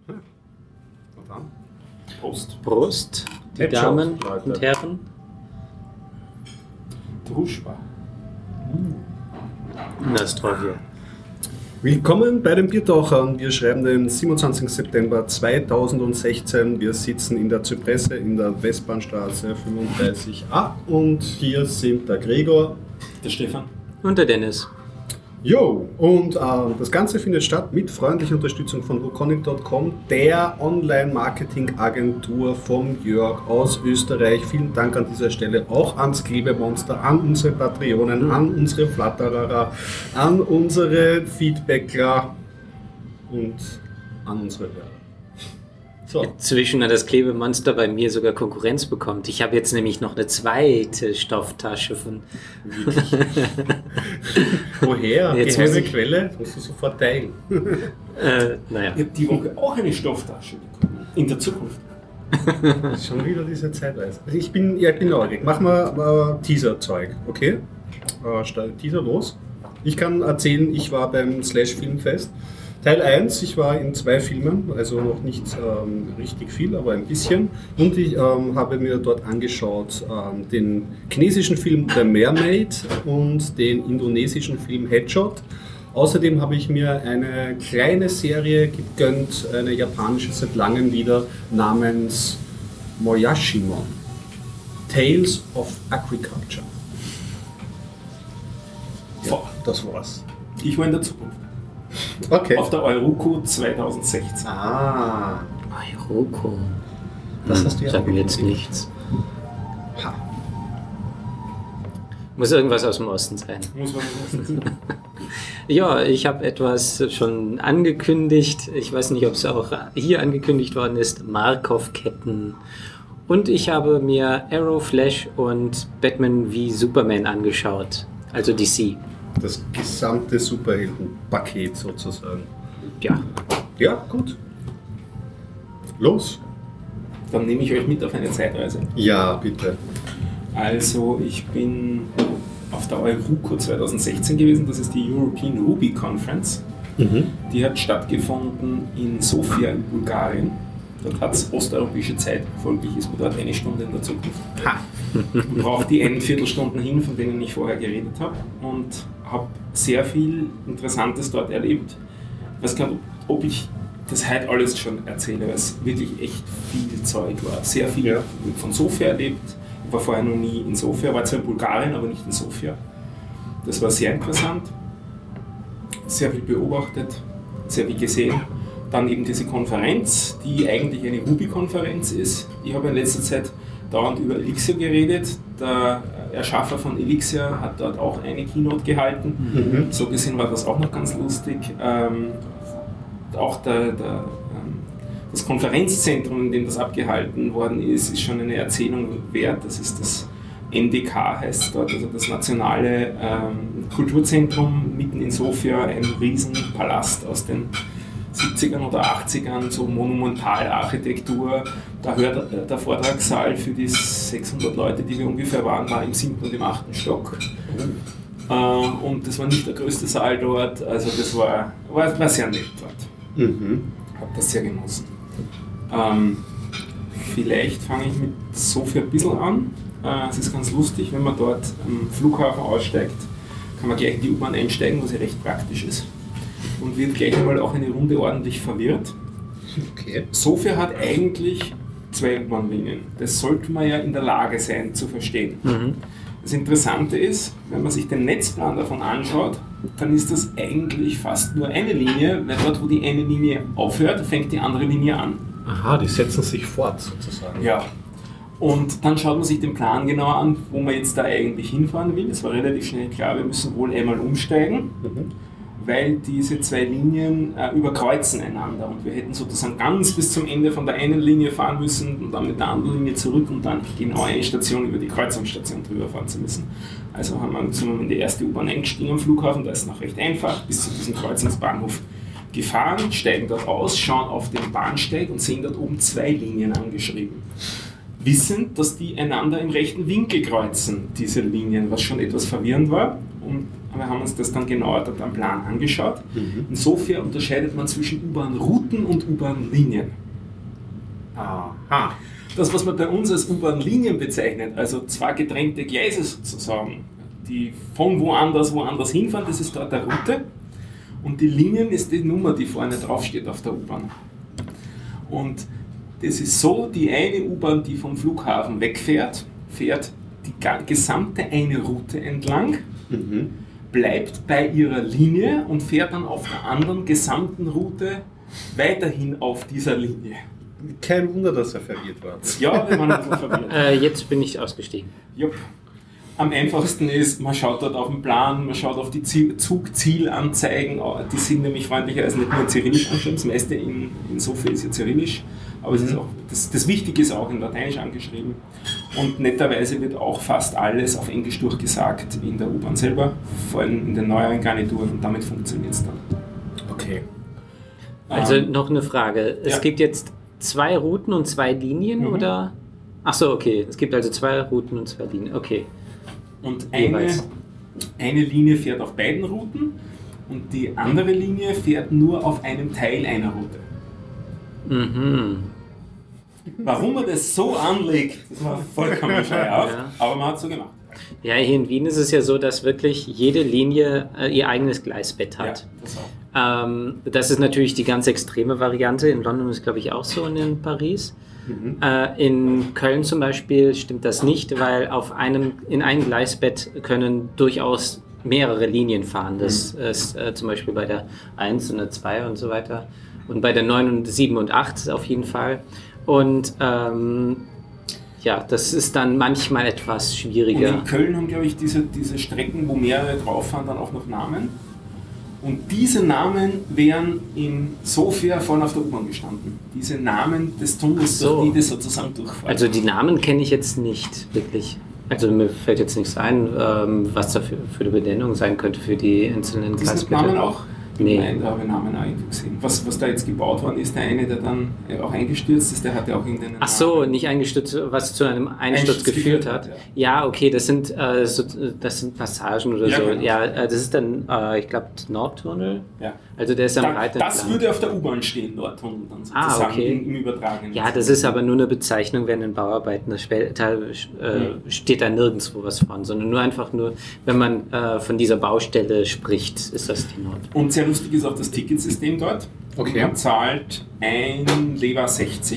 Und dann? Prost. Prost, die Headshot, Damen Leute. und Herren. Druschba. Nastrovia. Willkommen bei den Biertauchern. Wir schreiben den 27. September 2016. Wir sitzen in der Zypresse in der Westbahnstraße 35a und hier sind der Gregor. Der Stefan. Und der Dennis. Jo, und das Ganze findet statt mit freundlicher Unterstützung von wukonic.com, der Online-Marketing-Agentur vom Jörg aus Österreich. Vielen Dank an dieser Stelle auch ans Klebemonster, an unsere Patreonen, an unsere Flatterer, an unsere Feedbackler und an unsere Hörer. So. Inzwischen hat das Klebemonster bei mir sogar Konkurrenz bekommen. Ich habe jetzt nämlich noch eine zweite Stofftasche von... Woher? Jetzt Geheime muss ich- Quelle? Das musst du sofort teilen. Naja. Ich habe die Woche auch eine Stofftasche bekommen. In der Zukunft. Schon wieder diese Zeitreise. Also ich bin neugierig. Machen wir Teaser-Zeug, okay? Teaser los. Ich kann erzählen, ich war beim Slash Filmfest. Teil 1, ich war in 2 Filmen, also noch nicht richtig viel, aber ein bisschen. Und ich habe mir dort angeschaut den chinesischen Film The Mermaid und den indonesischen Film Headshot. Außerdem habe ich mir eine kleine Serie gegönnt, eine japanische seit langem wieder, namens Moyashimon, Tales of Agriculture. Ja, das war's. Ich war in der Zukunft. Okay. Auf der Euroco 2016. Ah, Euroko. das hast du ja Sagt mir angekündigt. jetzt nichts. Ha. Muss irgendwas aus dem Osten sein. Muss man wissen. Ja, ich habe etwas schon angekündigt. Ich weiß nicht, ob es auch hier angekündigt worden ist. Markov-Ketten. Und ich habe mir Arrow, Flash und Batman wie Superman angeschaut. Also DC. Das gesamte Superheldenpaket sozusagen. Ja. Ja, gut. Los. Dann nehme ich euch mit auf eine Zeitreise. Ja, bitte. Also ich bin auf der Euroco 2016 gewesen, das ist die European Ruby Conference. Die hat stattgefunden in Sofia in Bulgarien. Dort hat es osteuropäische Zeit, folglich ist man dort eine Stunde in der Zukunft. Man braucht die 1/4 Stunden hin, von denen ich vorher geredet habe, und habe sehr viel Interessantes dort erlebt. Ich weiß gar nicht, ob ich das heute alles schon erzähle, weil es wirklich echt viel Zeug war. Sehr viel von Sofia erlebt. Ich war vorher noch nie in Sofia, war zwar in Bulgarien, aber nicht in Sofia. Das war sehr interessant. Sehr viel beobachtet, sehr viel gesehen. Dann eben diese Konferenz, die eigentlich eine Ruby-Konferenz ist. Ich habe in letzter Zeit dauernd über Elixir geredet. Der Erschaffer von Elixir hat dort auch eine Keynote gehalten. So gesehen war das auch noch ganz lustig. Auch das Konferenzzentrum, in dem das abgehalten worden ist schon eine Erzählung wert. Das ist das NDK, heißt es dort, also das nationale Kulturzentrum mitten in Sofia, ein Riesenpalast aus den 70ern oder 80ern, so Monumentalarchitektur. Da hört der Vortragssaal für die 600 Leute, die wir ungefähr waren, war im 7. und im 8. Stock. Und das war nicht der größte Saal dort, also das war sehr nett dort. Habe das sehr genossen. Vielleicht fange ich mit Sofia ein bisschen an. Es ist ganz lustig, wenn man dort am Flughafen aussteigt, kann man gleich in die U-Bahn einsteigen, was ja recht praktisch ist. Und wird gleich einmal auch eine Runde ordentlich verwirrt. Okay. Sofia hat eigentlich 2 U-Bahn-Linien. Das sollte man ja in der Lage sein zu verstehen. Das Interessante ist, wenn man sich den Netzplan davon anschaut, dann ist das eigentlich fast nur eine Linie, weil dort, wo die eine Linie aufhört, fängt die andere Linie an. Aha, die setzen sich fort sozusagen. Ja. Und dann schaut man sich den Plan genauer an, wo man jetzt da eigentlich hinfahren will. Es war relativ schnell klar, wir müssen wohl einmal umsteigen, weil diese 2 Linien überkreuzen einander. Und wir hätten sozusagen ganz bis zum Ende von der einen Linie fahren müssen und dann mit der anderen Linie zurück und dann genau eine Station über die Kreuzungsstation drüber fahren zu müssen. Also sind wir in die erste U-Bahn eingestiegen am Flughafen, da ist es noch recht einfach, bis zu diesem Kreuzungsbahnhof gefahren, steigen dort aus, schauen auf den Bahnsteig und sehen dort oben 2 Linien angeschrieben. Wissend, dass die einander im rechten Winkel kreuzen, diese Linien, was schon etwas verwirrend war. Und Wir haben uns das dann genauer dort am Plan angeschaut. Insofern unterscheidet man zwischen U-Bahn-Routen und U-Bahn-Linien. Aha. Das, was man bei uns als U-Bahn-Linien bezeichnet, also zwei getrennte Gleise sozusagen, die von woanders hinfahren, das ist dort eine Route. Und die Linien ist die Nummer, die vorne draufsteht auf der U-Bahn. Und das ist so, die eine U-Bahn, die vom Flughafen wegfährt, fährt die gesamte eine Route entlang, bleibt bei ihrer Linie und fährt dann auf der anderen gesamten Route weiterhin auf dieser Linie. Kein Wunder, dass er verwirrt war. Ja, wir waren ein bisschen verwirrt. Jetzt bin ich ausgestiegen. Jupp. Am einfachsten ist, man schaut dort auf den Plan, man schaut auf die Zugzielanzeigen, die sind nämlich freundlicher als nicht nur in Cyrillisch angeschrieben, das meiste in Sofia ist ja Cyrillisch, aber es ist auch, das Wichtige ist auch in Lateinisch angeschrieben und netterweise wird auch fast alles auf Englisch durchgesagt in der U-Bahn selber, vor allem in den neueren Garnituren und damit funktioniert es dann. Okay. Also noch eine Frage, es gibt jetzt 2 Routen und 2 Linien oder? Ach so, okay, es gibt also 2 Routen und 2 Linien, okay. Und eine Linie fährt auf beiden Routen und die andere Linie fährt nur auf einem Teil einer Route. Warum man das so anlegt, das war vollkommen scheuerhaft, aber man hat es so gemacht. Ja, hier in Wien ist es ja so, dass wirklich jede Linie ihr eigenes Gleisbett hat. Ja, das auch. Das ist natürlich die ganz extreme Variante. In London ist es, glaube ich, auch so und in Paris. In Köln zum Beispiel stimmt das nicht, weil in einem Gleisbett können durchaus mehrere Linien fahren. Das ist zum Beispiel bei der 1 und der 2 und so weiter. Und bei der 9 und 7 und 8 auf jeden Fall. Und das ist dann manchmal etwas schwieriger. Und in Köln haben, glaube ich, diese Strecken, wo mehrere drauf fahren, dann auch noch Namen. Und diese Namen wären in Sofia vorne auf der U-Bahn gestanden. Diese Namen des Tunnels, durch die das sozusagen durchfahren. Also die Namen kenne ich jetzt nicht wirklich. Also mir fällt jetzt nichts ein, was da für eine Benennung sein könnte für die einzelnen Gleisbette. Namen auch? Nee. Nein, da habe ich Namen auch irgendwo gesehen. Was da jetzt gebaut worden ist, der eine, der dann auch eingestürzt ist, der hatte auch irgendeinen Ach so, nicht eingestürzt, was zu einem Einsturz geführt hat. Ja, okay, das sind Passagen oder so. Genau. Ja, das ist dann, ich glaube, Nordtunnel. Ja. Also der ist am Reit entlang. Das würde auf der U-Bahn stehen, Nordtunnel dann sozusagen okay. im Übertragenen. Ja, das ist aber nur eine Bezeichnung während den Bauarbeiten. Das steht da nirgendwo was von, sondern nur, wenn man von dieser Baustelle spricht, ist das die Nord. Und sehr lustig ist auch das Ticketsystem dort. Okay. Man zahlt 1,60 Lever.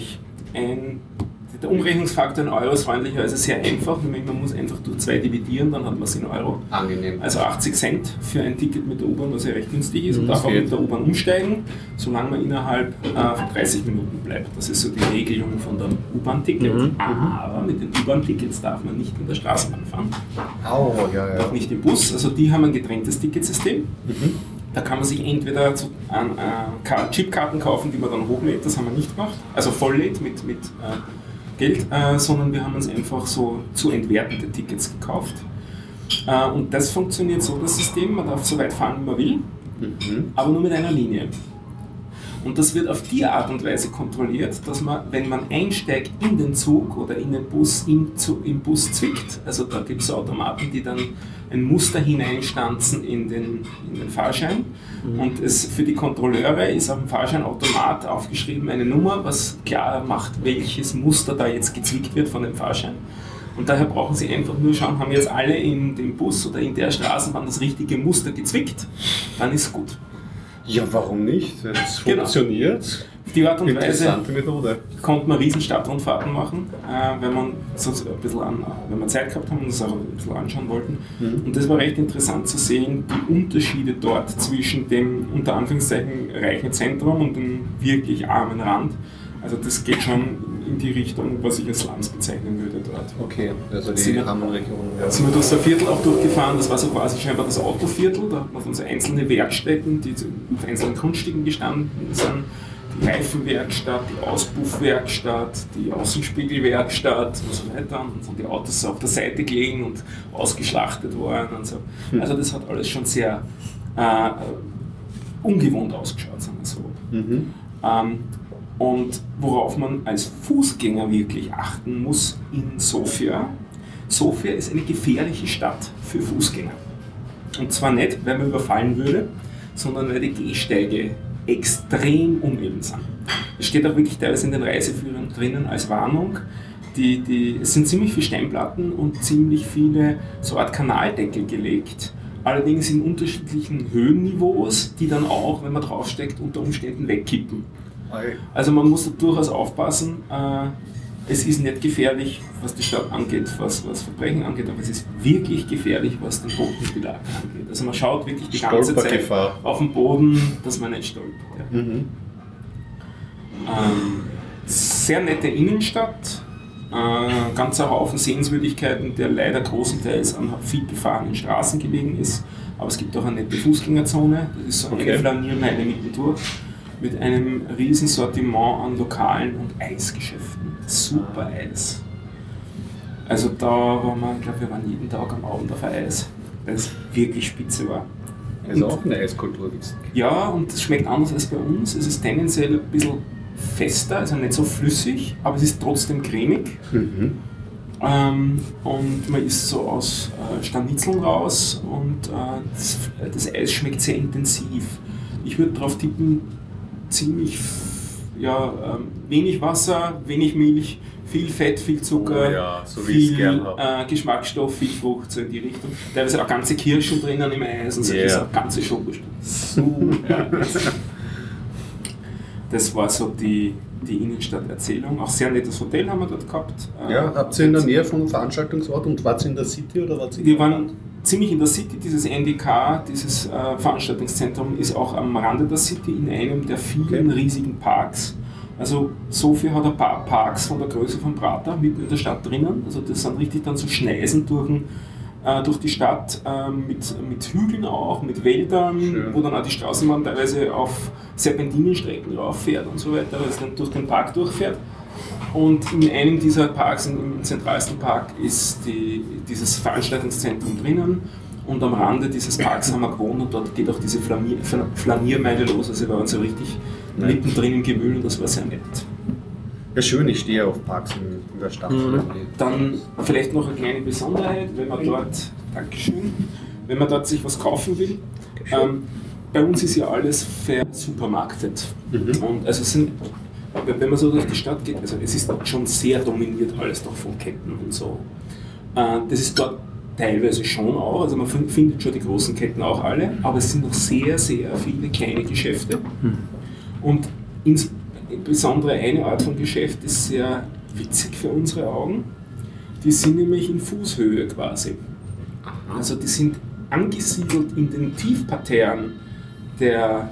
Der Umrechnungsfaktor in Euro ist freundlicherweise sehr einfach, nämlich man muss einfach durch 2 dividieren, dann hat man es in Euro. Angenehm. Also 80 Cent für ein Ticket mit der U-Bahn, was ja recht günstig ist, und darf auch mit der U-Bahn umsteigen, solange man innerhalb von 30 Minuten bleibt. Das ist so die Regelung von dem U-Bahn-Ticket. Aber mit den U-Bahn-Tickets darf man nicht in der Straßenbahn fahren. Auch nicht im Bus, also die haben ein getrenntes Ticketsystem. Da kann man sich entweder Chipkarten kaufen, die man dann hochlädt, das haben wir nicht gemacht, also volllädt mit Geld, sondern wir haben uns einfach so zu entwertende Tickets gekauft. Und das funktioniert so, das System, man darf so weit fahren, wie man will, aber nur mit einer Linie. Und das wird auf die Art und Weise kontrolliert, dass man, wenn man einsteigt in den Zug oder in den Bus, im Bus zwickt, also da gibt es Automaten, die dann ein Muster hineinstanzen in den Fahrschein. Und für die Kontrolleure ist auf dem Fahrscheinautomat aufgeschrieben eine Nummer, was klar macht, welches Muster da jetzt gezwickt wird von dem Fahrschein. Und daher brauchen Sie einfach nur schauen, haben jetzt alle in dem Bus oder in der Straßenbahn das richtige Muster gezwickt, dann ist gut. Ja, warum nicht? Das funktioniert. Auf die Art und Weise Interessante Methode. konnte man riesen Stadtrundfahrten machen, wenn man Zeit gehabt haben und uns auch ein bisschen anschauen wollten. Und das war recht interessant zu sehen, die Unterschiede dort zwischen dem unter Anführungszeichen reichen Zentrum und dem wirklich armen Rand. Also das geht schon in die Richtung, was ich als Slums bezeichnen würde dort. Okay, also die Rahmenregion. Da sind wir durch so ein Viertel auch durchgefahren, das war so quasi scheinbar das Autoviertel, da hat man so einzelne Werkstätten, die auf einzelnen Grundstücken gestanden sind. Die Reifenwerkstatt, die Auspuffwerkstatt, die Außenspiegelwerkstatt und so weiter. Und dann sind die Autos so auf der Seite gelegen und ausgeschlachtet worden und so. Also das hat alles schon sehr ungewohnt ausgeschaut, sagen wir so. Und worauf man als Fußgänger wirklich achten muss in Sofia. Sofia ist eine gefährliche Stadt für Fußgänger. Und zwar nicht, weil man überfallen würde, sondern weil die Gehsteige extrem uneben sind. Es steht auch wirklich teilweise in den Reiseführern drinnen als Warnung. Es sind ziemlich viele Steinplatten und ziemlich viele so Art Kanaldeckel gelegt. Allerdings in unterschiedlichen Höhenniveaus, die dann auch, wenn man draufsteckt, unter Umständen wegkippen. Also man muss da durchaus aufpassen. Es ist nicht gefährlich, was die Stadt angeht, was Verbrechen angeht, aber es ist wirklich gefährlich, was den Bodenbelag angeht. Also man schaut wirklich die ganze Zeit auf den Boden, dass man nicht stolpert. Ja. Sehr nette Innenstadt, ganzer Haufen Sehenswürdigkeiten, der leider großenteils an viel befahrenen Straßen gelegen ist, aber es gibt auch eine nette Fußgängerzone, das ist so eine Flaniermeile mittendurch, mit einem riesen Sortiment an Lokalen und Eisgeschäften. Super Eis. Also da waren wir, ich glaube, wir waren jeden Tag am Abend auf Eis, weil es wirklich spitze war. Also auch eine Eiskultur. Ja, und es schmeckt anders als bei uns. Es ist tendenziell ein bisschen fester, also nicht so flüssig, aber es ist trotzdem cremig. Und man isst so aus Scharnitzeln raus und das Eis schmeckt sehr intensiv. Ich würde darauf tippen, ziemlich wenig Wasser, wenig Milch, viel Fett, viel Zucker, so viel Geschmacksstoff, viel Frucht, so in die Richtung. Teilweise auch ganze Kirschen drinnen im Eis und so, ganze Schokostücke. Das war so die Innenstadterzählung. Auch sehr nettes Hotel haben wir dort gehabt. Habt ihr in der Nähe vom Veranstaltungsort und wart ihr in der City oder wart ihr? Wir waren ziemlich in der City. Dieses NDK, dieses Veranstaltungszentrum, ist auch am Rande der City in einem der vielen riesigen Parks. Also Sofia hat ein paar Parks von der Größe von Prater mitten in der Stadt drinnen. Also das sind richtig dann so Schneisen durch die Stadt mit Hügeln auch, mit Wäldern, wo dann auch die Straßenbahn teilweise auf Serpentinenstrecken rauffährt und so weiter, weil es dann durch den Park durchfährt. Und in einem dieser Parks, im zentralsten Park, ist dieses Veranstaltungszentrum drinnen. Und am Rande dieses Parks haben wir gewohnt und dort geht auch diese Flaniermeile los. Also wir waren so richtig mittendrin im Gewühl und das war sehr nett. Ja, schön, ich stehe auf Parks in der Stadt. Dann vielleicht noch eine kleine Besonderheit, wenn man dort sich was kaufen will. Bei uns ist ja alles versupermarktet. Und also wenn man so durch die Stadt geht, also es ist schon sehr dominiert alles doch von Ketten und so. Das ist dort teilweise schon auch, also man findet schon die großen Ketten auch alle, aber es sind noch sehr, sehr viele kleine Geschäfte. Und insbesondere eine Art von Geschäft ist sehr witzig für unsere Augen. Die sind nämlich in Fußhöhe quasi. Also die sind angesiedelt in den Tiefparterren der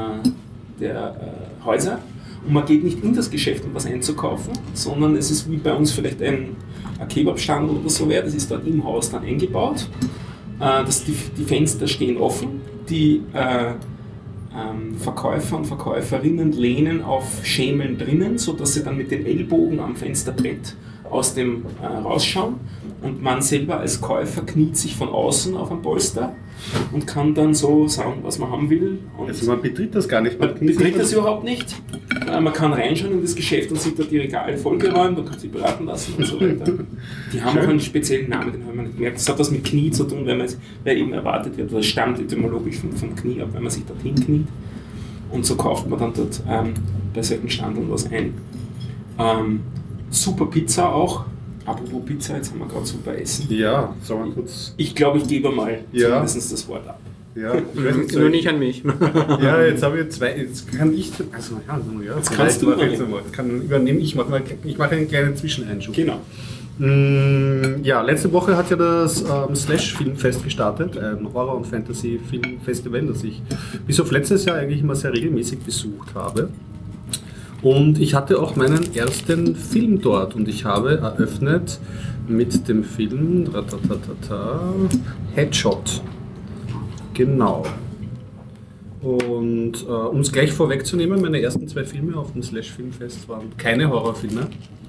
Häuser. Und man geht nicht in das Geschäft, um was einzukaufen, sondern es ist wie bei uns vielleicht ein Kebabstand oder so wäre. Das ist dort im Haus dann eingebaut. Die Fenster stehen offen. Die Verkäufer und Verkäuferinnen lehnen auf Schemeln drinnen, sodass sie dann mit den Ellbogen am Fensterbrett aus dem rausschauen. Und man selber als Käufer kniet sich von außen auf ein Polster und kann dann so sagen, was man haben will. Und also man betritt das gar nicht. Man betritt das überhaupt nicht. Man kann reinschauen in das Geschäft und sieht dort die Regale vollgeräumt und kann sie beraten lassen und so weiter. Die haben auch einen speziellen Namen, den haben wir nicht gemerkt. Das hat was mit Knie zu tun, weil eben erwartet wird, das stammt etymologisch vom Knie ab, wenn man sich dorthin kniet. Und so kauft man dann dort bei solchen Standeln was ein. Super Pizza auch. Apropos Pizza, jetzt haben wir gerade super Essen. Ja, sagen wir kurz. Ich glaube, ich gebe mal zumindest das Wort ab. Ja, ich weiß nicht, nur nicht an mich. Ja, jetzt habe ich zwei. Jetzt kann ich. Also, jetzt kannst du übernehmen. Ich mache einen kleinen Zwischeneinschub. Genau. Ja, letzte Woche hat ja das Slash-Filmfest gestartet, ein Horror- und Fantasy-Filmfestival, das ich bis auf letztes Jahr eigentlich immer sehr regelmäßig besucht habe. Und ich hatte auch meinen ersten Film dort und ich habe eröffnet mit dem Film Headshot. Genau. Und um es gleich vorwegzunehmen, meine ersten zwei Filme auf dem Slash-Filmfest waren keine Horrorfilme.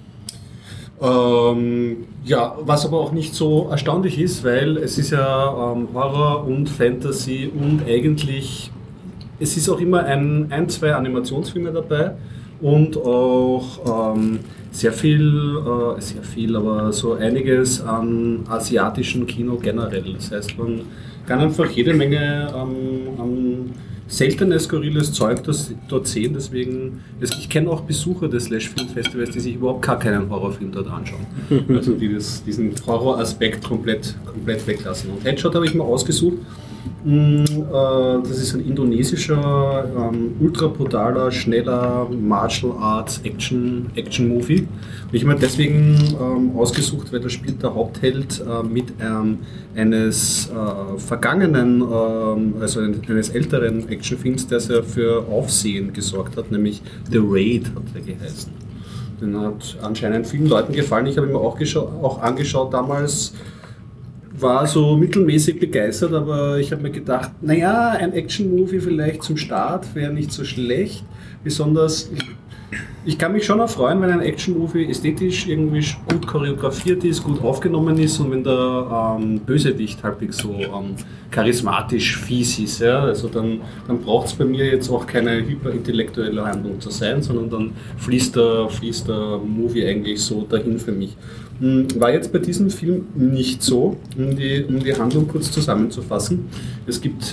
Ja, was aber auch nicht so erstaunlich ist, weil es ist ja Horror und Fantasy und eigentlich, es ist auch immer zwei Animationsfilme dabei und auch sehr viel, aber so einiges an asiatischem Kino generell. Das heißt, man kann einfach jede Menge seltenes, skurriles Zeug das dort sehen. Deswegen, ich kenne auch Besucher des Slash-Film-Festivals, die sich überhaupt gar keinen Horrorfilm dort anschauen. Also die diesen Horroraspekt komplett weglassen. Und Headshot habe ich mir ausgesucht. Das ist ein indonesischer, ultra brutaler, schneller Martial Arts Action-Movie. Und ich habe mir deswegen ausgesucht, weil da spielt der Hauptheld mit eines vergangenen, also eines älteren Actionfilms, der sehr für Aufsehen gesorgt hat, nämlich The Raid hat er geheißen. Den hat anscheinend vielen Leuten gefallen. Ich habe ihn mir auch angeschaut damals. War so mittelmäßig begeistert, aber ich habe mir gedacht, naja, ein Action-Movie vielleicht zum Start wäre nicht so schlecht. Besonders, ich kann mich schon erfreuen, wenn ein Action-Movie ästhetisch irgendwie gut choreografiert ist, gut aufgenommen ist und wenn der Bösewicht halbwegs so charismatisch fies ist. Ja? Also dann braucht es bei mir jetzt auch keine hyperintellektuelle Handlung zu sein, sondern dann fließt der Movie eigentlich so dahin für mich. War jetzt bei diesem Film nicht so, um die Handlung kurz zusammenzufassen. Es gibt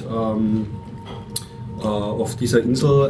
auf dieser Insel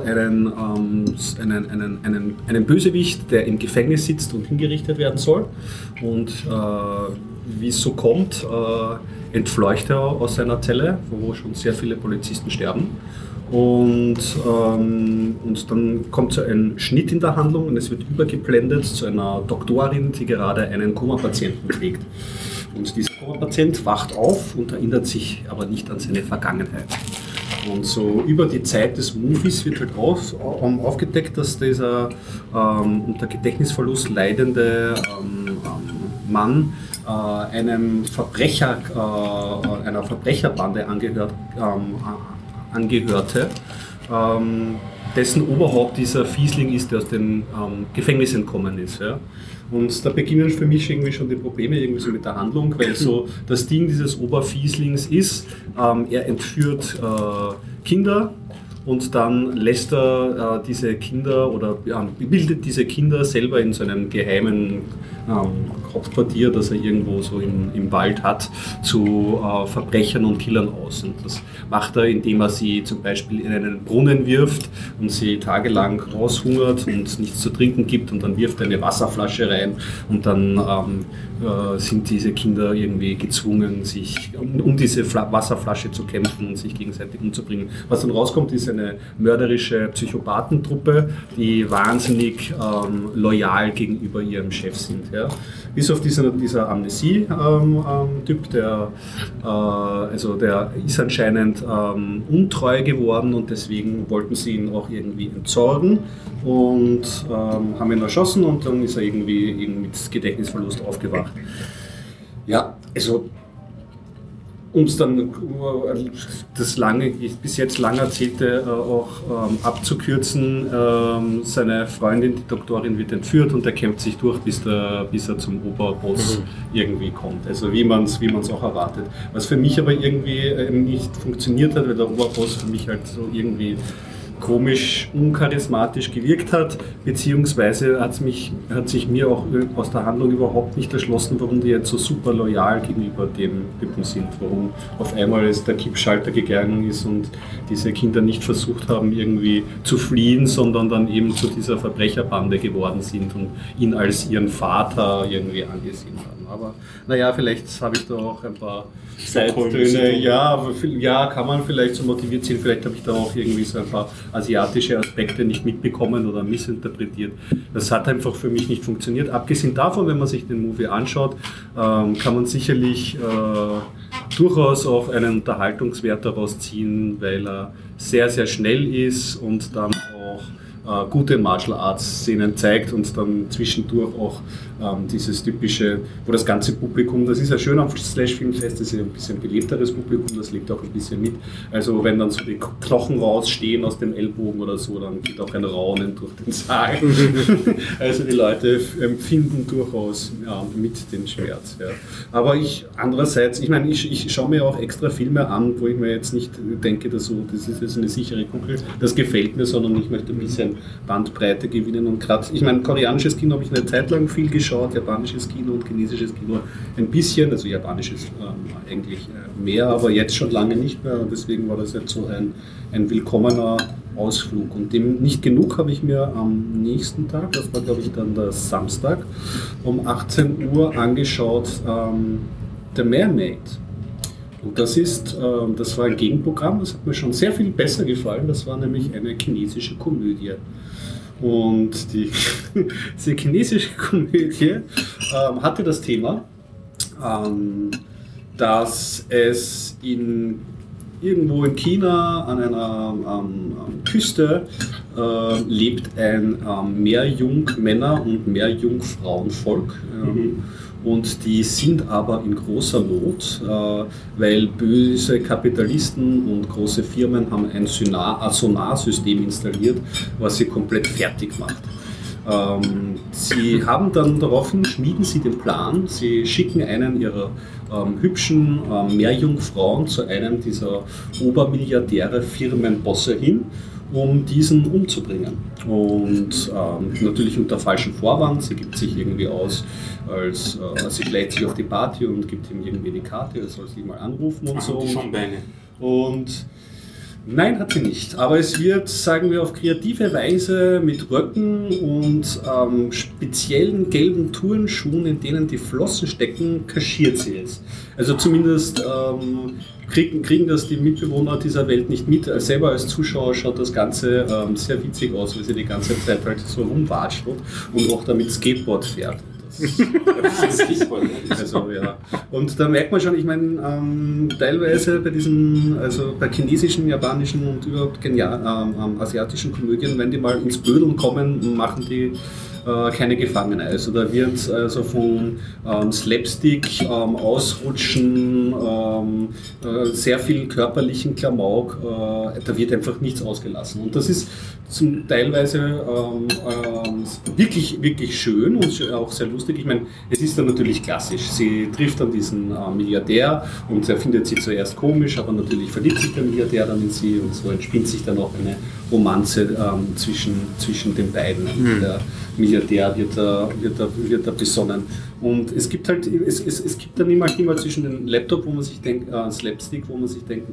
einen Bösewicht, der im Gefängnis sitzt und hingerichtet werden soll. Und wie es so kommt, entfleucht er aus seiner Zelle, wo schon sehr viele Polizisten sterben. Und dann kommt so ein Schnitt in der Handlung und es wird übergeblendet zu einer Doktorin, die gerade einen Koma-Patienten pflegt. Und dieser Koma-Patient wacht auf und erinnert sich aber nicht an seine Vergangenheit. Und so über die Zeit des Movies wird halt aufgedeckt, dass dieser unter Gedächtnisverlust leidende Mann einer Verbrecherbande angehörte, dessen Oberhaupt dieser Fiesling ist, der aus dem Gefängnis entkommen ist. Ja? Und da beginnen für mich irgendwie schon die Probleme irgendwie so mit der Handlung, weil so das Ding dieses Oberfieslings ist, er entführt Kinder und dann lässt er diese Kinder oder bildet diese Kinder selber in so einem geheimen Hauptquartier, das er irgendwo so im Wald hat, zu Verbrechern und Killern aus. Und das macht er, indem er sie zum Beispiel in einen Brunnen wirft und sie tagelang raushungert und nichts zu trinken gibt und dann wirft er eine Wasserflasche rein und dann sind diese Kinder irgendwie gezwungen, sich um diese Wasserflasche zu kämpfen und sich gegenseitig umzubringen. Was dann rauskommt, ist eine mörderische Psychopathentruppe, die wahnsinnig loyal gegenüber ihrem Chef sind. Ja. Bis auf dieser Amnesie-Typ, der ist anscheinend untreu geworden und deswegen wollten sie ihn auch irgendwie entsorgen und haben ihn erschossen und dann ist er irgendwie mit Gedächtnisverlust aufgewacht. Ja, also um es dann das bis jetzt lang erzählte auch abzukürzen, seine Freundin, die Doktorin, wird entführt und er kämpft sich durch, bis er zum Oberboss irgendwie kommt. Also wie man es auch erwartet. Was für mich aber irgendwie nicht funktioniert hat, weil der Oberboss für mich halt so irgendwie komisch, uncharismatisch gewirkt hat, beziehungsweise hat sich mir auch aus der Handlung überhaupt nicht erschlossen, warum die jetzt so super loyal gegenüber dem Typen sind, warum auf einmal der Kippschalter gegangen ist und diese Kinder nicht versucht haben, irgendwie zu fliehen, sondern dann eben zu dieser Verbrecherbande geworden sind und ihn als ihren Vater irgendwie angesehen haben. Aber naja, vielleicht habe ich da auch ein paar Seitentöne. Ja, kann man vielleicht so motiviert sein. Vielleicht habe ich da auch irgendwie so ein paar asiatische Aspekte nicht mitbekommen oder missinterpretiert. Das hat einfach für mich nicht funktioniert. Abgesehen davon, wenn man sich den Movie anschaut, kann man sicherlich durchaus auch einen Unterhaltungswert daraus ziehen, weil er sehr, sehr schnell ist und dann auch gute Martial Arts Szenen zeigt und dann zwischendurch auch dieses typische, wo das ganze Publikum, das ist ja schön am Slash-Filmfest, das ist ja ein bisschen beliebteres Publikum, das liegt auch ein bisschen mit. Also wenn dann so die Knochen rausstehen aus dem Ellbogen oder so, dann geht auch ein Raunen durch den Saal. Also die Leute empfinden durchaus mit den Schmerz. Ja. Aber andererseits, ich meine, ich schaue mir auch extra Filme an, wo ich mir jetzt nicht denke, das ist jetzt eine sichere Kugel, das gefällt mir, sondern ich möchte ein bisschen Bandbreite gewinnen. Und gerade, ich meine, koreanisches Kino habe ich eine Zeit lang viel geschaut, japanisches Kino und chinesisches Kino ein bisschen, also japanisches eigentlich mehr, aber jetzt schon lange nicht mehr. Und deswegen war das jetzt so ein willkommener Ausflug. Und dem nicht genug habe ich mir am nächsten Tag, das war glaube ich dann der Samstag, um 18 Uhr angeschaut, The Mermaid. Und das war ein Gegenprogramm, das hat mir schon sehr viel besser gefallen, das war nämlich eine chinesische Komödie. Und diese chinesische Komödie hatte das Thema, dass es irgendwo in China an einer Küste lebt ein Meerjungmänner- und Meerjungfrauenvolk. Und die sind aber in großer Not, weil böse Kapitalisten und große Firmen haben ein Sonarsystem installiert, was sie komplett fertig macht. Sie haben dann daraufhin, schmieden sie den Plan, sie schicken einen ihrer hübschen Meerjungfrauen zu einem dieser Obermilliardäre Firmenbosse hin, um diesen umzubringen. Und natürlich unter falschem Vorwand, sie gibt sich irgendwie aus, sie schlägt sich auf die Party und gibt ihm irgendwie die Karte, er soll sie mal anrufen und so. Schon Beine. Und nein, hat sie nicht. Aber es wird, sagen wir, auf kreative Weise mit Röcken und speziellen gelben Turnschuhen, in denen die Flossen stecken, kaschiert sie es. Also zumindest kriegen das die Mitbewohner dieser Welt nicht mit. Selber als Zuschauer schaut das Ganze sehr witzig aus, weil sie die ganze Zeit halt so rumwatschelt und auch damit Skateboard fährt. Also, ja. Und da merkt man schon, ich meine, teilweise bei chinesischen, japanischen und überhaupt asiatischen Komödien, wenn die mal ins Blödeln kommen, machen die keine Gefangene. Also da wird von Slapstick, Ausrutschen, sehr viel körperlichen Klamauk, da wird einfach nichts ausgelassen. Und das ist teilweise wirklich, wirklich schön und auch sehr lustig. Ich meine, es ist dann natürlich klassisch. Sie trifft dann diesen Milliardär und er findet sie zuerst komisch, aber natürlich verliebt sich der Milliardär dann in sie und so entspinnt sich dann auch eine Romanze zwischen den beiden. Mhm. Der Milliardär wird da besonnen. Und es gibt halt, es gibt dann immer zwischen den Laptop, wo man sich denkt, Slapstick, wo man sich denkt,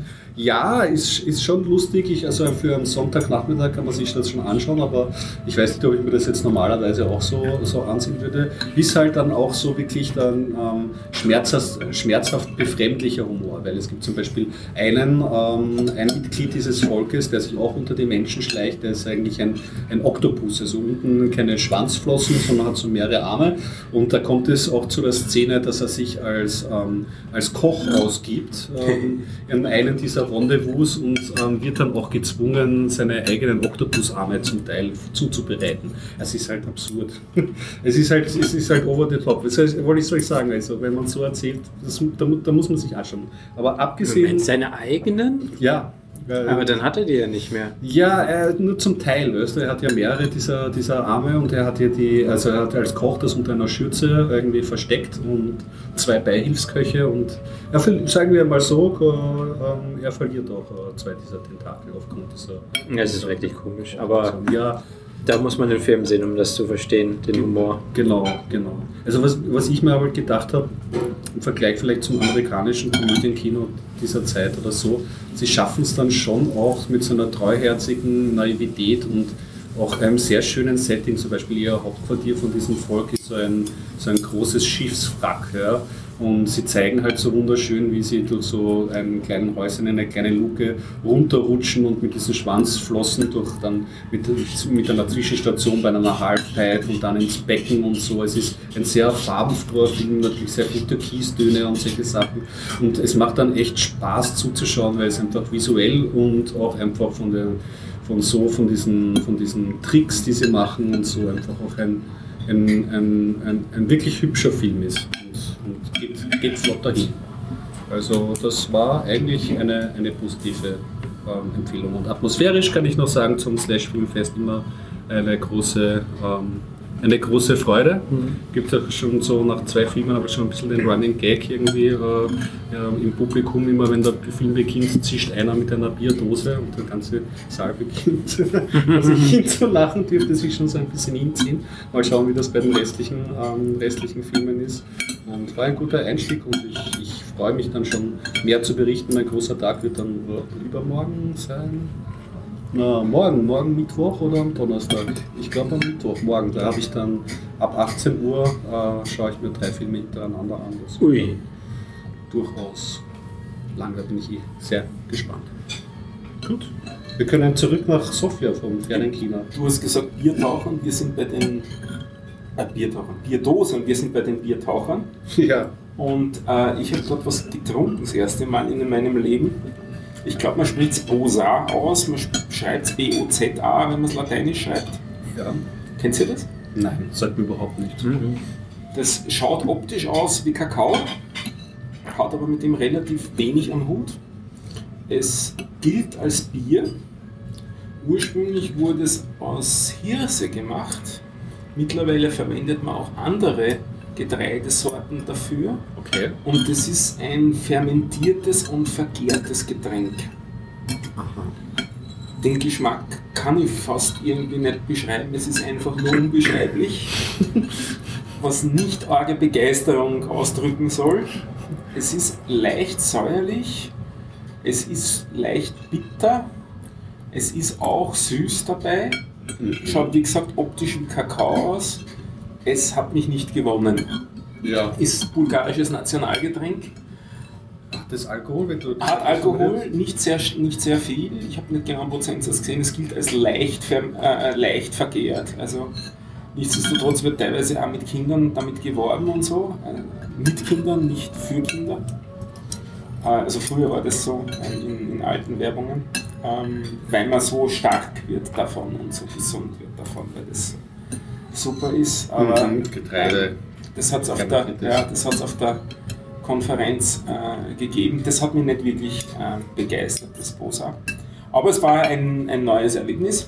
ja, ist schon lustig, also für einen Sonntagnachmittag kann man sich das schon anschauen, aber ich weiß nicht, ob ich mir das jetzt normalerweise auch so ansehen würde, bis halt dann auch so wirklich dann schmerzhaft befremdlicher Humor, weil es gibt zum Beispiel ein Mitglied dieses Volkes, der sich auch unter die Menschen schleicht, der ist eigentlich ein Oktopus, also unten keine Schwanzflossen, sondern hat so mehrere Arme und da kommt es auch zu der Szene, dass er sich als Koch ausgibt in einem dieser Rendezvous und wird dann auch gezwungen, seine eigenen Oktopusarme zum Teil zuzubereiten. Es ist halt absurd. Es ist halt over the top. Was soll ich sagen? Also, wenn man so erzählt, da muss man sich anschauen. Aber abgesehen... Moment, seine eigenen? Ja. Aber dann hat er die ja nicht mehr. Ja, nur zum Teil. Weißt du? Er hat ja mehrere dieser Arme und er hat als Koch das unter einer Schürze irgendwie versteckt und 2 Beihilfsköche und sagen wir mal so, er verliert auch 2 dieser Tentakel aufgrund dieser... Ja, es ist wirklich komisch, aber ja, da muss man den Film sehen, um das zu verstehen, den Humor. Genau. Also was ich mir aber gedacht habe, im Vergleich vielleicht zum amerikanischen Komödienkino dieser Zeit oder so, sie schaffen es dann schon auch mit so einer treuherzigen Naivität und auch einem sehr schönen Setting, zum Beispiel ihr Hauptquartier von diesem Volk ist so ein großes Schiffswrack, ja. Und sie zeigen halt so wunderschön, wie sie durch so einen kleinen Häuschen in eine kleine Luke runterrutschen und mit diesen Schwanzflossen durch dann mit einer Zwischenstation bei einer Halfpipe und dann ins Becken und so. Es ist ein sehr farbenfroher Film, natürlich sehr gute Kiestöne und solche Sachen. Und es macht dann echt Spaß zuzuschauen, weil es einfach visuell und auch einfach von diesen Tricks, die sie machen und so einfach auch ein wirklich hübscher Film ist und geht flott dahin. Also das war eigentlich eine positive Empfehlung. Und atmosphärisch kann ich noch sagen, zum Slash Filmfest immer eine große eine große Freude. Gibt auch schon so nach 2 Filmen, aber schon ein bisschen den Running Gag irgendwie im Publikum. Immer wenn der Film beginnt, zischt einer mit einer Bierdose und der ganze Saal beginnt. Also hin zu lachen dürfte sich schon so ein bisschen hinziehen. Mal schauen, wie das bei den restlichen Filmen ist. Und war ein guter Einstieg und ich freue mich dann schon mehr zu berichten. Mein großer Tag wird dann übermorgen sein. Na, morgen Mittwoch oder am Donnerstag? Ich glaube am Mittwoch, morgen. Da habe ich dann ab 18 Uhr schaue ich mir 3 Filme hintereinander an. Das Ui. Durchaus lang, da bin ich sehr gespannt. Gut. Wir können zurück nach Sofia vom fernen China. Du hast gesagt Biertauchern, wir sind bei den Bierdosern, wir sind bei den Biertauchern. Ja. Und ich habe dort was getrunken, das erste Mal in meinem Leben. Ich glaube, man spricht es Boza aus, man schreibt es B-O-Z-A, wenn man es lateinisch schreibt. Ja. Kennt ihr das? Nein, sagt mir überhaupt nicht. Das schaut optisch aus wie Kakao, hat aber mit dem relativ wenig am Hut. Es gilt als Bier. Ursprünglich wurde es aus Hirse gemacht. Mittlerweile verwendet man auch andere Getreidesorten dafür. Okay. Und es ist ein fermentiertes und vergärtes Getränk. Aha. Den Geschmack kann ich fast irgendwie nicht beschreiben, es ist einfach nur unbeschreiblich, was nicht arge Begeisterung ausdrücken soll. Es ist leicht säuerlich, es ist leicht bitter, es ist auch süß dabei, schaut wie gesagt optisch wie Kakao aus. Es hat mich nicht gewonnen. Ja. Ist bulgarisches Nationalgetränk. Hat das Alkohol? Wenn du Hat Alkohol, nicht sehr viel. Ich habe nicht genau einen Prozentsatz gesehen. Es gilt als leicht vergärt. Also nichtsdestotrotz wird teilweise auch mit Kindern damit geworben und so. Mit Kindern, nicht für Kinder. Also früher war das so in alten Werbungen. Weil man so stark wird davon und so gesund wird davon, weil das super ist, aber Getreide. das hat es auf der Konferenz gegeben. Das hat mich nicht wirklich begeistert, das Boza. Aber es war ein neues Erlebnis.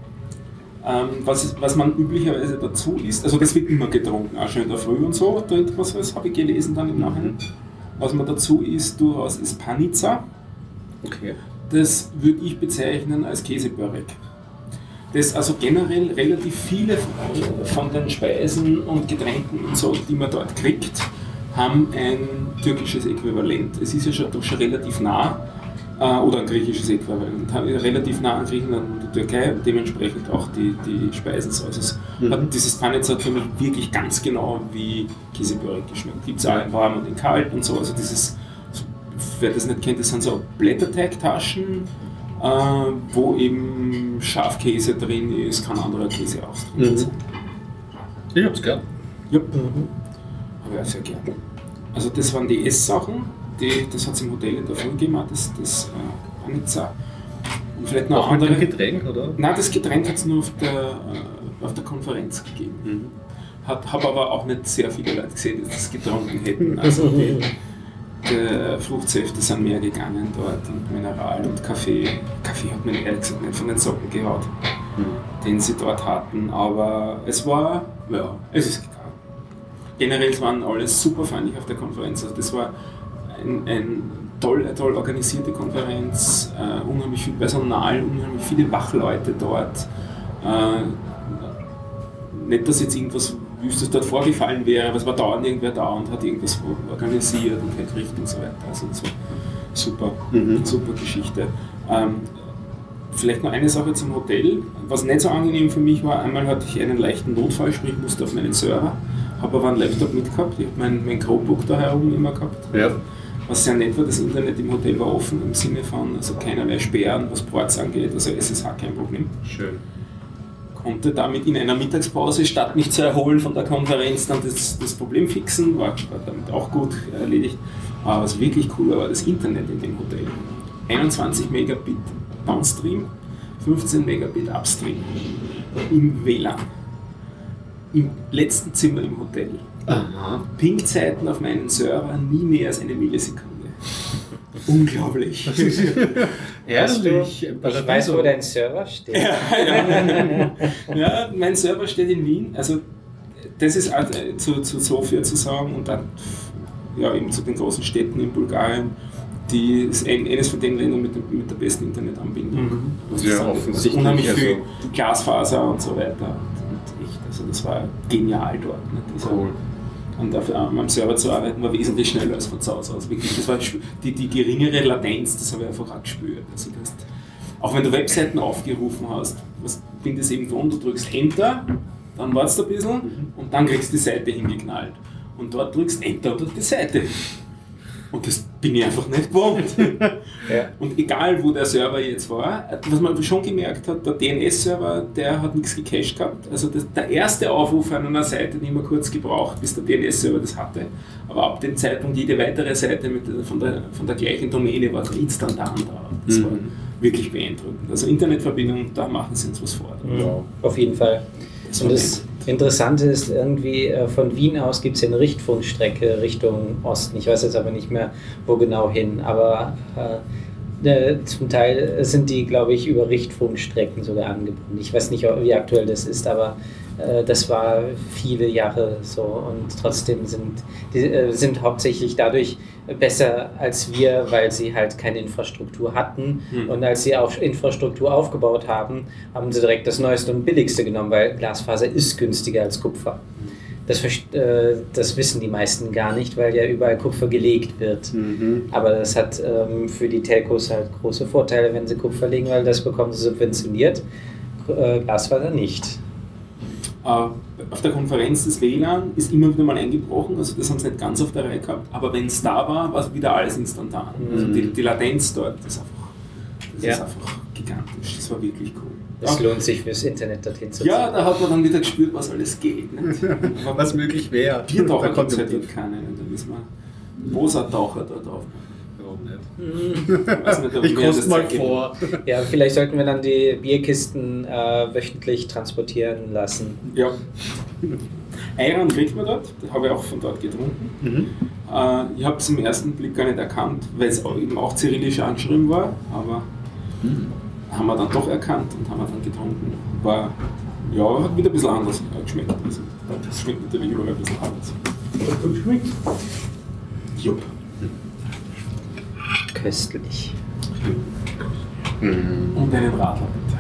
Was man üblicherweise dazu isst, also das wird immer getrunken, auch schon in der Früh und so, was habe ich gelesen dann im Nachhinein. Was man dazu isst, durchaus ist Panica. Okay. Das würde ich bezeichnen als Käsebörek. Das also generell relativ viele von den Speisen und Getränken und so, die man dort kriegt, haben ein türkisches Äquivalent. Es ist ja schon relativ nah, oder ein griechisches Äquivalent, relativ nah an Griechenland und der Türkei und dementsprechend auch die Speisen. Also dieses Panica hat für mich wirklich ganz genau wie Käsebörek geschmeckt. Gibt es auch in warm und in kalt und so. Also dieses, wer das nicht kennt, das sind so Blätterteigtaschen, wo eben Schafkäse drin ist, kann anderer Käse auch drin sein. Ich hab's gern. Ja, aber ja, sehr gern. Also das waren die Esssachen, das hat es im Hotel in der Früh gegeben, das Panica. Und vielleicht noch auch andere. ein Getränk, oder? Nein, das Getränk hat es nur auf der Konferenz gegeben. Habe aber auch nicht sehr viele Leute gesehen, die das getrunken hätten. Also die Fruchtsäfte sind mehr gegangen dort und Mineral und Kaffee. Kaffee hat mir ehrlich gesagt nicht von den Socken gehaut, den sie dort hatten, aber es war, ja, es ist gegangen. Generell waren alles super freundlich auf der Konferenz, also das war eine toll organisierte Konferenz, unheimlich viel Personal, unheimlich viele Wachleute dort. Nicht, dass jetzt irgendwas Wüstes dort vorgefallen wäre, aber es war dauernd irgendwer da und hat irgendwas organisiert und hergerichtet und so weiter. Also so super Geschichte. Vielleicht noch eine Sache zum Hotel. Was nicht so angenehm für mich war, einmal hatte ich einen leichten Notfall, sprich musste auf meinen Server, habe aber einen Laptop mitgehabt, ich habe mein Chromebook da herum immer gehabt. Ja. Was sehr nett war, das Internet im Hotel war offen im Sinne von, also keinerlei Sperren, was Ports angeht, also SSH kein Problem. Schön. Konnte damit in einer Mittagspause, statt mich zu erholen von der Konferenz, dann das Problem fixen, war damit auch gut erledigt. Aber was wirklich cool war das Internet in dem Hotel. 21 Megabit Downstream, 15 Megabit Upstream im WLAN. Im letzten Zimmer im Hotel. Ping-Zeiten auf meinen Server nie mehr als eine Millisekunde. Unglaublich. Ehrlich. Ich weiß, wo dein Server steht. Ja, mein Server steht in Wien. Also das ist also zu Sofia zu sagen und dann eben zu den großen Städten in Bulgarien, die ist eines von den Ländern mit der besten Internetanbindung. Ja, offensichtlich. Also unheimlich viel Glasfaser und so weiter. Und echt, also das war genial dort. Ne? Cool. Und dafür am Server zu arbeiten war wesentlich schneller als von zu Hause aus. Wirklich, das war die geringere Latenz, das habe ich einfach auch gespürt. Also auch wenn du Webseiten aufgerufen hast, bin das irgendwo und du drückst Enter, dann wartest du ein bisschen und dann kriegst du die Seite hingeknallt. Und dort drückst Enter und die Seite. Und das bin ich einfach nicht gewohnt. Ja. Und egal wo der Server jetzt war, was man schon gemerkt hat, der DNS-Server, der hat nichts gecached gehabt. Also der erste Aufruf an einer Seite, den man kurz gebraucht, bis der DNS-Server das hatte. Aber ab dem Zeitpunkt jede weitere Seite von der gleichen Domäne war instantan da. Das war wirklich beeindruckend. Also Internetverbindung, da machen sie uns was vor. Ja, auf jeden Fall. Und das Interessante ist irgendwie, von Wien aus gibt es ja eine Richtfunkstrecke Richtung Osten. Ich weiß jetzt aber nicht mehr, wo genau hin. Aber zum Teil sind die, glaube ich, über Richtfunkstrecken sogar angebunden. Ich weiß nicht, wie aktuell das ist, aber das war viele Jahre so. Und trotzdem sind hauptsächlich dadurch besser als wir, weil sie halt keine Infrastruktur hatten. Und als sie auch Infrastruktur aufgebaut haben, haben sie direkt das Neueste und Billigste genommen, weil Glasfaser ist günstiger als Kupfer. Das wissen die meisten gar nicht, weil ja überall Kupfer gelegt wird. Aber das hat für die Telcos halt große Vorteile, wenn sie Kupfer legen, weil das bekommen sie subventioniert, Glasfaser nicht. Auf der Konferenz des WLAN ist immer wieder mal eingebrochen, also das haben sie nicht ganz auf der Reihe gehabt, aber wenn es da war es wieder alles instantan. Also die Latenz dort ist einfach gigantisch, das war wirklich cool. Es lohnt sich fürs Internet dorthin zu ziehen. Ja, da hat man dann wieder gespürt, was alles geht. Nicht? Was möglich wäre. Biertaucher gibt es halt dort keine, dann ist man Bosa-Taucher dort auf. Ich koste mal vor. Ja, vielleicht sollten wir dann die Bierkisten wöchentlich transportieren lassen. Ja. Ayran kriegt man dort, das habe ich auch von dort getrunken. Ich habe es im ersten Blick gar nicht erkannt, weil es eben auch cyrillisch angeschrieben war, aber haben wir dann doch erkannt und haben wir dann getrunken. Hat wieder ein bisschen anders geschmeckt. Also, das schmeckt natürlich überall ein bisschen anders. Gut geschmeckt? Jupp. Köstlich. Und einen Radler bitte.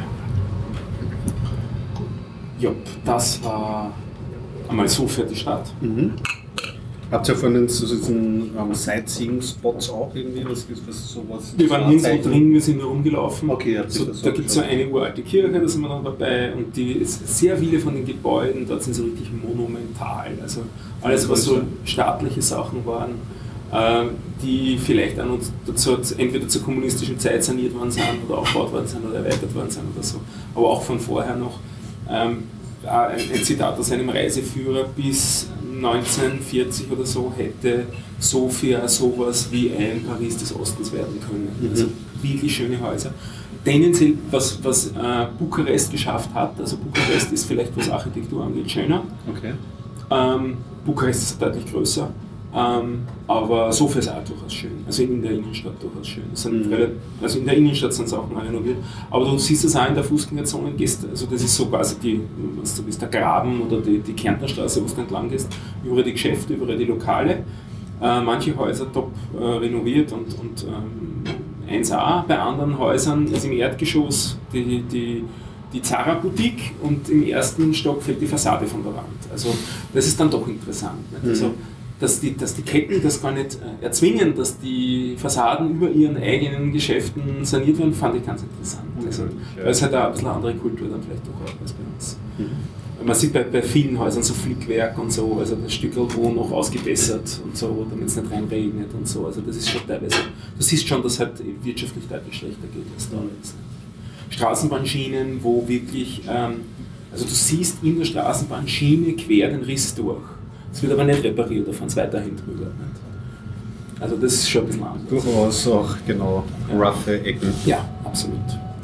Jupp, das war einmal so für die Stadt. Habt ihr von den Sightseeing-Spots auch irgendwie? Was sowas? Wir waren nirgendwo drin, wir sind nur rumgelaufen. Okay, da gibt es so eine uralte Kirche, da sind wir dann dabei und sehr viele von den Gebäuden dort sind so richtig monumental. Also alles, was so staatliche Sachen waren, die vielleicht an uns entweder zur kommunistischen Zeit saniert worden sind oder aufgebaut worden sind oder erweitert worden sind oder so. Aber auch von vorher noch. Ein Zitat aus einem Reiseführer: bis 1940 oder so hätte Sofia sowas wie ein Paris des Ostens werden können. Also wirklich schöne Häuser. Tendenziell, was Bukarest geschafft hat, also Bukarest ist vielleicht, was Architektur angeht, schöner. Okay. Bukarest ist deutlich größer. Aber Sofia ist auch durchaus schön, also in der Innenstadt durchaus schön. Also in der Innenstadt sind Sachen renoviert, aber du siehst es auch in der Fußgängerzone, also das ist so quasi der Graben oder die Kärntnerstraße, wo du entlang gehst, überall die Geschäfte, überall die Lokale, manche Häuser top renoviert und 1A, bei anderen Häusern ist im Erdgeschoss die Zara Boutique und im ersten Stock fällt die Fassade von der Wand. Also das ist dann doch interessant. Also, dass die Ketten das gar nicht erzwingen, dass die Fassaden über ihren eigenen Geschäften saniert werden, fand ich ganz interessant. Also, weil es halt auch ein bisschen eine andere Kultur dann vielleicht auch als bei uns. Man sieht bei vielen Häusern so Flickwerk und so, also das Stück wo noch ausgebessert und so, damit es nicht reinregnet und so. Also das ist schon teilweise, du siehst schon, dass es halt wirtschaftlich deutlich schlechter geht als da jetzt. Straßenbahnschienen, wo wirklich, also du siehst in der Straßenbahnschiene quer den Riss durch. Es wird aber nicht repariert, da fahren es weiterhin drüber. Nicht? Also das ist schon ein bisschen anders. Durchaus auch, genau, roughe Ecken. Ja, absolut.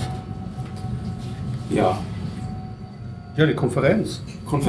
Ja. Ja, die Konferenz.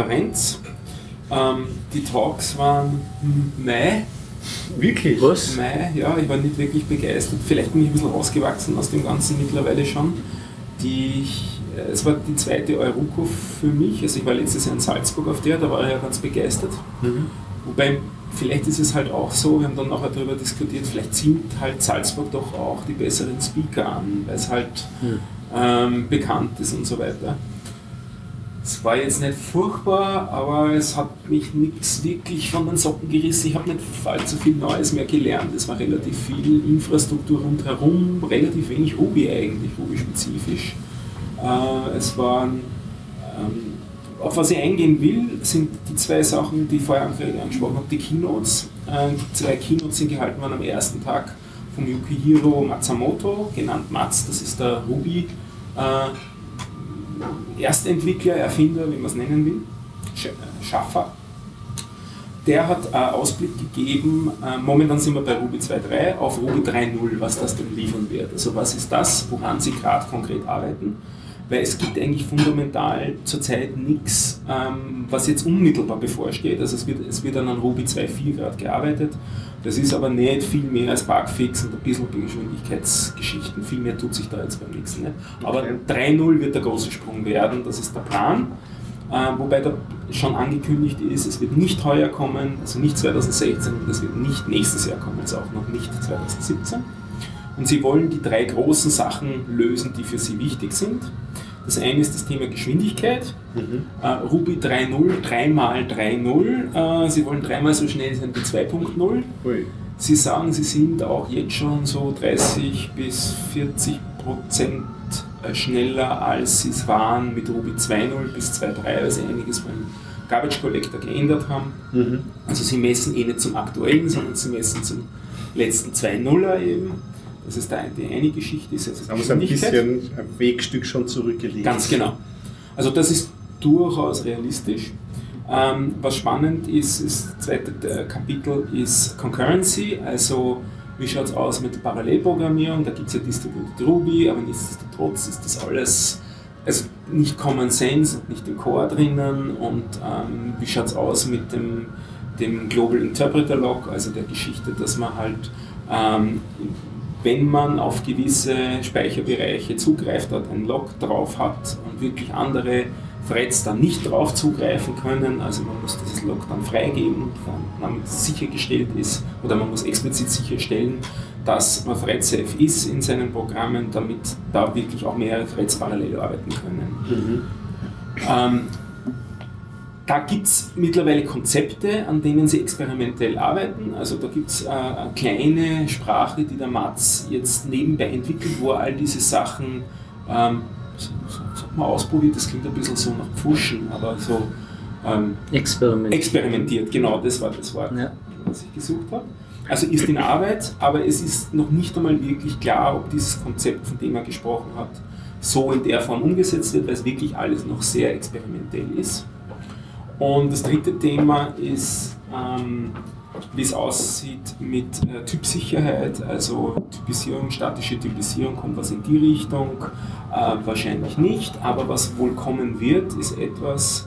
Die Talks waren Mai. Wirklich? Was? Mai, ja, ich war nicht wirklich begeistert. Vielleicht bin ich ein bisschen rausgewachsen aus dem Ganzen mittlerweile schon. es war die zweite Euroco für mich. Also ich war letztes Jahr in Salzburg auf da war ich ja ganz begeistert. Wobei, vielleicht ist es halt auch so, wir haben dann nachher darüber diskutiert, vielleicht zieht halt Salzburg doch auch die besseren Speaker an, weil es halt bekannt ist und so weiter. Es war jetzt nicht furchtbar, aber es hat mich nichts wirklich von den Socken gerissen. Ich habe nicht allzu viel Neues mehr gelernt. Es war relativ viel Infrastruktur rundherum, relativ wenig Ruby eigentlich, Ruby-spezifisch. Es waren, auf was ich eingehen will, sind die zwei Sachen, die ich vorher angesprochen habe, die Keynotes. Die zwei Keynotes sind gehalten worden am ersten Tag von Yukihiro Matsumoto, genannt Mats, das ist der Ruby Erstentwickler, Erfinder, wie man es nennen will, Schaffer. Der hat einen Ausblick gegeben, momentan sind wir bei Ruby 2.3 auf Ruby 3.0, was das denn liefern wird. Also was ist das, woran sie gerade konkret arbeiten? Weil es gibt eigentlich fundamental zurzeit nichts, was jetzt unmittelbar bevorsteht. Also es wird an einem Ruby 2.4 gerade gearbeitet. Das ist aber nicht viel mehr als Bugfix und ein bisschen Geschwindigkeitsgeschichten. Viel mehr tut sich da jetzt beim nächsten nicht. Aber 3.0 wird der große Sprung werden, das ist der Plan. Wobei da schon angekündigt ist, es wird nicht heuer kommen, also nicht 2016 und es wird nicht nächstes Jahr kommen, also auch noch nicht 2017. Und sie wollen die drei großen Sachen lösen, die für sie wichtig sind. Das eine ist das Thema Geschwindigkeit. Ruby 3.0, 3x3.0. Sie wollen dreimal so schnell sein wie 2.0. Sie sagen, sie sind auch jetzt schon so 30% bis 40% schneller, als sie es waren mit Ruby 2.0 bis 2.3, weil sie einiges beim Garbage Collector geändert haben. Also sie messen nicht zum aktuellen, sondern sie messen zum letzten 2.0er eben. Das ist die eine Geschichte. Ist also haben sie ein bisschen ein Wegstück schon zurückgelegt. Ganz genau. Also das ist durchaus realistisch. Was spannend ist, das zweite Kapitel ist Concurrency, also wie schaut es aus mit Parallelprogrammierung, da gibt es ja Distributed Ruby, aber nichtsdestotrotz ist das alles, also nicht Common Sense und nicht im Core drinnen und wie schaut es aus mit dem Global Interpreter Lock, also der Geschichte, dass man halt wenn man auf gewisse Speicherbereiche zugreift, dort einen Lock drauf hat und wirklich andere Threads dann nicht drauf zugreifen können, also man muss dieses Lock dann freigeben, damit es sichergestellt ist, oder man muss explizit sicherstellen, dass man thread-safe ist in seinen Programmen, damit da wirklich auch mehrere Threads parallel arbeiten können. Da gibt es mittlerweile Konzepte, an denen sie experimentell arbeiten. Also da gibt es eine kleine Sprache, die der Mats jetzt nebenbei entwickelt, wo er all diese Sachen mal ausprobiert. Das klingt ein bisschen so nach Pfuschen, aber so experimentiert. Genau, das war das Wort, was ich gesucht habe. Also ist in Arbeit, aber es ist noch nicht einmal wirklich klar, ob dieses Konzept, von dem er gesprochen hat, so in der Form umgesetzt wird, weil es wirklich alles noch sehr experimentell ist. Und das dritte Thema ist, wie es aussieht mit Typsicherheit, also Typisierung, statische Typisierung, kommt was in die Richtung, wahrscheinlich nicht, aber was wohl kommen wird, ist etwas,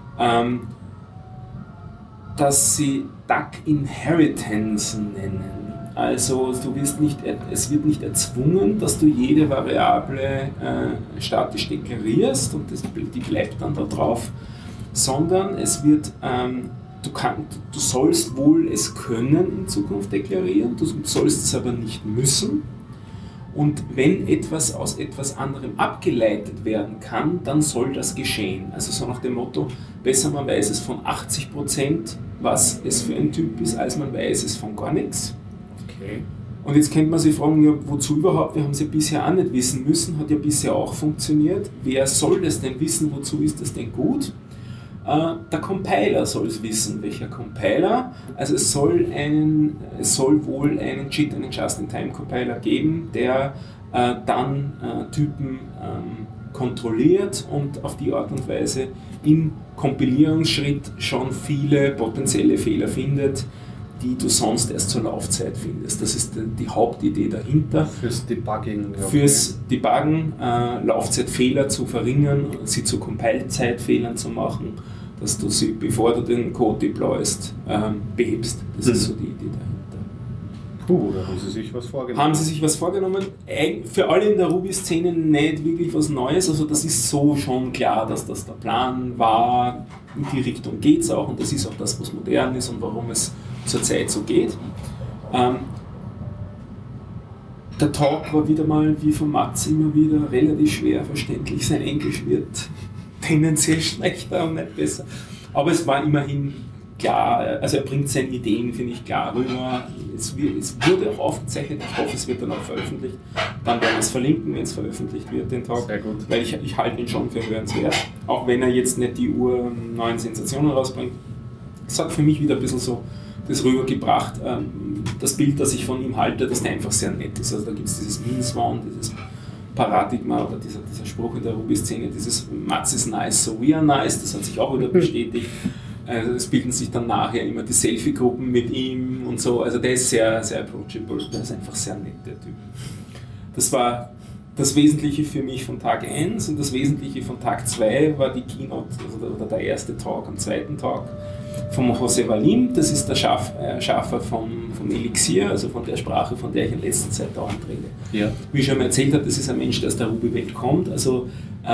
das sie Duck Inheritance nennen. Also es wird nicht erzwungen, dass du jede Variable statisch deklarierst und die bleibt dann da drauf, sondern es wird, du sollst wohl es können in Zukunft deklarieren, du sollst es aber nicht müssen. Und wenn etwas aus etwas anderem abgeleitet werden kann, dann soll das geschehen. Also so nach dem Motto, besser man weiß es von 80%, was es für ein Typ ist, als man weiß es von gar nichts. Okay. Und jetzt könnte man sich fragen, ja, wozu überhaupt? Wir haben es ja bisher auch nicht wissen müssen, hat ja bisher auch funktioniert. Wer soll das denn wissen, wozu ist das denn gut? Der Compiler soll es wissen. Welcher Compiler? Also es soll wohl einen JIT, einen Just-in-Time-Compiler geben, der dann Typen kontrolliert und auf die Art und Weise im Kompilierungsschritt schon viele potenzielle Fehler findet, die du sonst erst zur Laufzeit findest. Das ist die Hauptidee dahinter. Fürs Debugging. Okay. Fürs Debuggen, Laufzeitfehler zu verringern, sie zu Compile-Zeitfehlern zu machen, dass du sie, bevor du den Code deployst, behebst. Das ist so die Idee dahinter. Da haben sie sich was vorgenommen. Für alle in der Ruby-Szene nicht wirklich was Neues, also das ist so schon klar, dass das der Plan war, in die Richtung geht es auch und das ist auch das, was modern ist und warum es zurzeit so geht. Der Talk war wieder mal, wie von Mats immer wieder, relativ schwer verständlich. Sein Englisch wird tendenziell schlechter und nicht besser. Aber es war immerhin klar, also er bringt seine Ideen, finde ich, klar rüber. Es wurde auch aufgezeichnet, ich hoffe, es wird dann auch veröffentlicht. Dann werden wir es verlinken, wenn es veröffentlicht wird, den Talk. Sehr gut. Weil ich halte ihn schon für hörenswert. Auch wenn er jetzt nicht die neuen Sensationen rausbringt. Es hat für mich wieder ein bisschen so das rübergebracht, das Bild, das ich von ihm halte, dass der einfach sehr nett ist. Also da gibt es dieses Mean-Swan, dieses Paradigma oder dieser Spruch in der Ruby-Szene, dieses Mats is nice, so we are nice, das hat sich auch wieder bestätigt. Es bilden sich dann nachher immer die Selfie-Gruppen mit ihm und so. Also der ist sehr, sehr approachable, der ist einfach sehr nett, der Typ. Das war das Wesentliche für mich von Tag 1 und das Wesentliche von Tag 2 war die Keynote, also der erste Talk am zweiten Tag vom José Valim, das ist der Schaffer vom Elixir, also von der Sprache, von der ich in letzter Zeit dauernd rede. Ja. Wie ich schon mal erzählt habe, das ist ein Mensch, der aus der Ruby-Welt kommt, also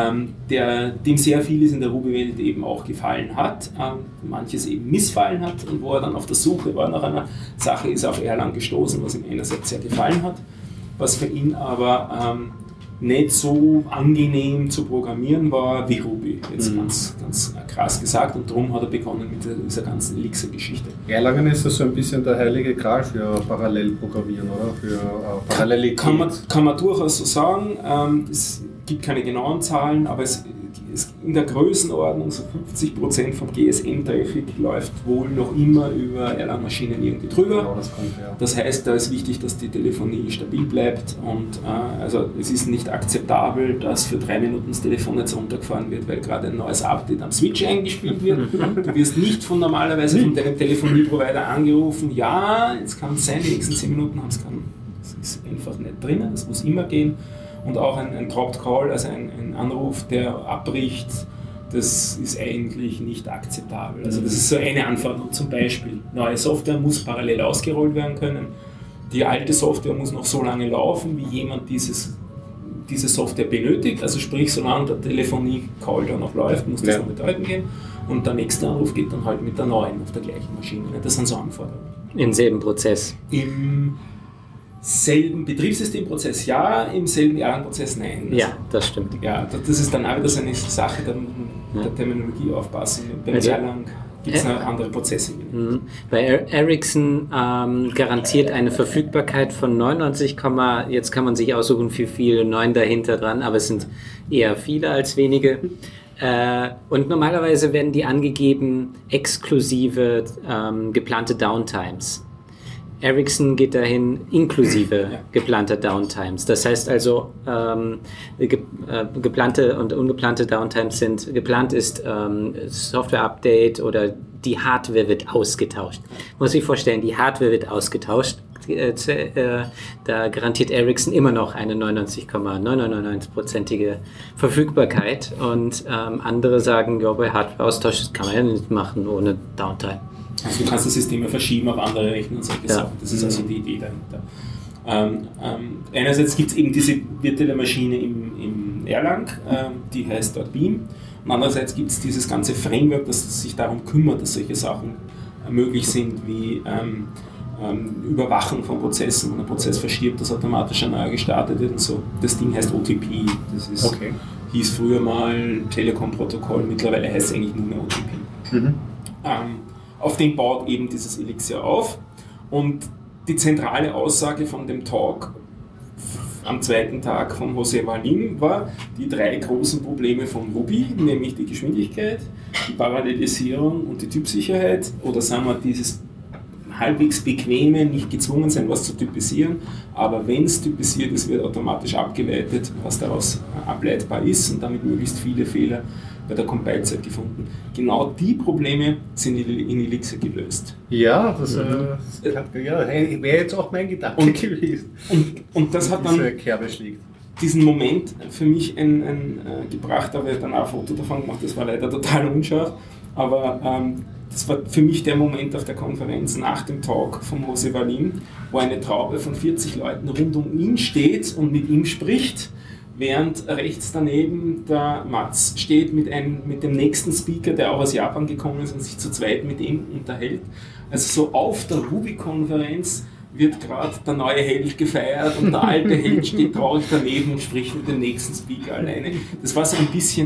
dem sehr vieles in der Ruby-Welt eben auch gefallen hat, manches eben missfallen hat und wo er dann auf der Suche war nach einer Sache, ist auf Erlang gestoßen, was ihm einerseits sehr gefallen hat, was für ihn aber nicht so angenehm zu programmieren war wie Ruby, jetzt ganz krass gesagt, und darum hat er begonnen mit dieser ganzen Elixir-Geschichte. Erlangen ist das so ein bisschen der heilige Gral für Parallelprogrammieren, oder? Für Parallelität. Kann man durchaus so sagen. Es gibt keine genauen Zahlen, aber es in der Größenordnung, so 50% vom GSM-Traffic läuft wohl noch immer über Erlang-Maschinen irgendwie drüber. Genau, das kommt, ja. Das heißt, da ist wichtig, dass die Telefonie stabil bleibt und also es ist nicht akzeptabel, dass für 3 Minuten das Telefon jetzt runtergefahren wird, weil gerade ein neues Update am Switch eingespielt wird. Du wirst nicht normalerweise von deinem Telefonieprovider angerufen, ja, jetzt kann es sein, die nächsten 10 Minuten haben es keinen. Das ist einfach nicht drin, das muss immer gehen. Und auch ein Dropped Call, also ein Anruf, der abbricht, das ist eigentlich nicht akzeptabel. Also das ist so eine Anforderung zum Beispiel. Neue Software muss parallel ausgerollt werden können. Die alte Software muss noch so lange laufen, wie jemand diese Software benötigt. Also sprich, solange der Telefonie-Call da noch läuft, muss das noch bedeuten gehen. Und der nächste Anruf geht dann halt mit der neuen auf der gleichen Maschine. Das sind so Anforderungen. Im selben Prozess? Im selben Betriebssystemprozess ja, im selben Erlang-Prozess nein. Ja, das stimmt. Ja, das ist dann auch wieder so eine Sache, da muss der Terminologie aufpassen. Beim Erlang gibt es noch andere Prozesse. Bei Ericsson garantiert eine Verfügbarkeit von 99, jetzt kann man sich aussuchen, wie viel 9 dahinter dran, aber es sind eher viele als wenige. Und normalerweise werden die angegeben exklusive geplante Downtimes. Ericsson geht dahin inklusive geplanter Downtimes. Das heißt also, geplante und ungeplante Downtimes sind, geplant ist Software-Update oder die Hardware wird ausgetauscht. Muss ich vorstellen, die Hardware wird ausgetauscht. Da garantiert Ericsson immer noch eine 99,999%ige Verfügbarkeit und andere sagen, ja, bei Hardware-Austausch das kann man ja nicht machen ohne Downtime. Also du kannst das System ja verschieben auf andere Rechner und solche Sachen. Das ist also die Idee dahinter. Einerseits gibt es eben diese virtuelle Maschine im Erlang, die heißt dort Beam. Und andererseits gibt es dieses ganze Framework, das sich darum kümmert, dass solche Sachen möglich sind, wie Überwachung von Prozessen. Wenn ein Prozess verstirbt, dass automatisch ein neuer gestartet wird und so. Das Ding heißt OTP. Das ist, hieß früher mal Telekom-Protokoll, mittlerweile heißt es eigentlich nur mehr OTP. Auf dem baut eben dieses Elixir auf. Und die zentrale Aussage von dem Talk am zweiten Tag von José Valim war die 3 großen Probleme von Ruby, nämlich die Geschwindigkeit, die Parallelisierung und die Typsicherheit, oder sagen wir dieses halbwegs bequeme, nicht gezwungen sein, was zu typisieren, aber wenn es typisiert ist, wird automatisch abgeleitet, was daraus ableitbar ist und damit möglichst viele Fehler bei der Compile-Zeit gefunden. Genau die Probleme sind in Elixir gelöst. Ja, das wäre jetzt auch mein Gedanke gewesen. Und das hat dann Kerbe schlägt. Diesen Moment für mich gebracht, habe ich dann auch ein Foto davon gemacht, das war leider total unscharf, aber das war für mich der Moment auf der Konferenz nach dem Talk von José Valim, wo eine Traube von 40 Leuten rund um ihn steht und mit ihm spricht, während rechts daneben der Mats steht mit dem nächsten Speaker, der auch aus Japan gekommen ist und sich zu zweit mit ihm unterhält. Also so auf der Ruby-Konferenz wird gerade der neue Held gefeiert und der alte Held steht traurig daneben und spricht mit dem nächsten Speaker alleine. Das war so ein bisschen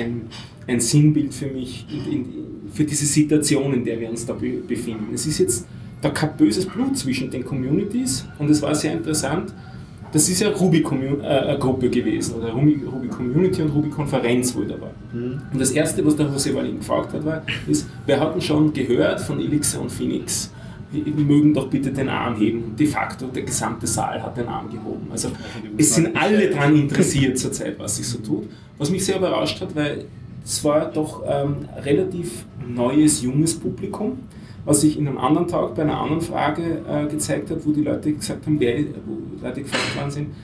ein Sinnbild für mich, für diese Situation, in der wir uns da befinden. Es ist jetzt da kein böses Blut zwischen den Communities und es war sehr interessant. Das ist ja Ruby-Gruppe gewesen, oder Ruby-Community und Ruby-Konferenz, wo ich da war. Und das Erste, was der José Valim gefragt hat, ist, wir hatten schon gehört von Elixir und Phoenix, die mögen doch bitte den Arm heben. De facto, der gesamte Saal hat den Arm gehoben. Also es sind alle daran interessiert zurzeit, was sich so tut. Was mich sehr überrascht hat, weil es war doch relativ neues, junges Publikum, was sich in einem anderen Tag bei einer anderen Frage gezeigt hat, wo die Leute gesagt haben, wo Leute gefragt worden sind,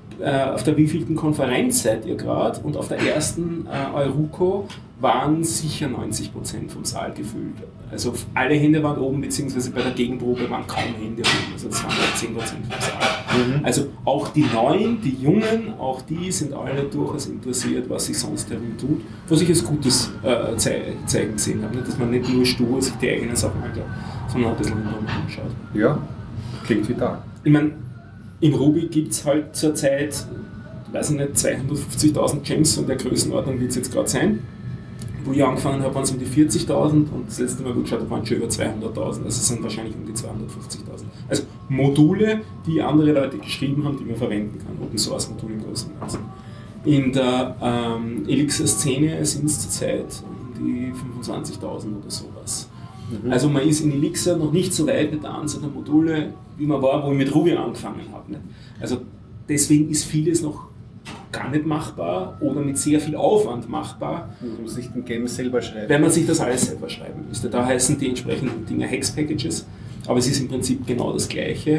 auf der wievielten Konferenz seid ihr gerade? Und auf der ersten Euruco waren sicher 90% vom Saal gefüllt. Also alle Hände waren oben, beziehungsweise bei der Gegenprobe waren kaum Hände oben. Also das waren 10% vom Saal. Also auch die Neuen, die Jungen, auch die sind alle durchaus interessiert, was sich sonst herum tut. Was ich als gutes Zeichen gesehen habe. Dass man nicht nur stur sich die eigenen Sachen anschaut, sondern ein bisschen anschaut. Ja, klingt vital. Ich meine, in Ruby gibt es halt zurzeit, weiß ich nicht, 250.000 Gems und der Größenordnung wird es jetzt gerade sein. Wo ich angefangen habe, waren es um die 40.000 und das letzte Mal, wo ich geschaut habe, waren es schon über 200.000. Also es sind wahrscheinlich um die 250.000. Also Module, die andere Leute geschrieben haben, die man verwenden kann. Open Source Module im Großen und Ganzen. In der Elixir-Szene sind es zurzeit um die 25.000 oder sowas. Also man ist in Elixir noch nicht so weit mit der Anzahl der Module, wie man war, wo ich mit Ruby angefangen habe. Nicht? Also deswegen ist vieles noch gar nicht machbar oder mit sehr viel Aufwand machbar. Man muss sich den Game selber schreiben. Wenn man sich das alles selber schreiben müsste. Da heißen die entsprechenden Dinge Hex-Packages, aber es ist im Prinzip genau das Gleiche.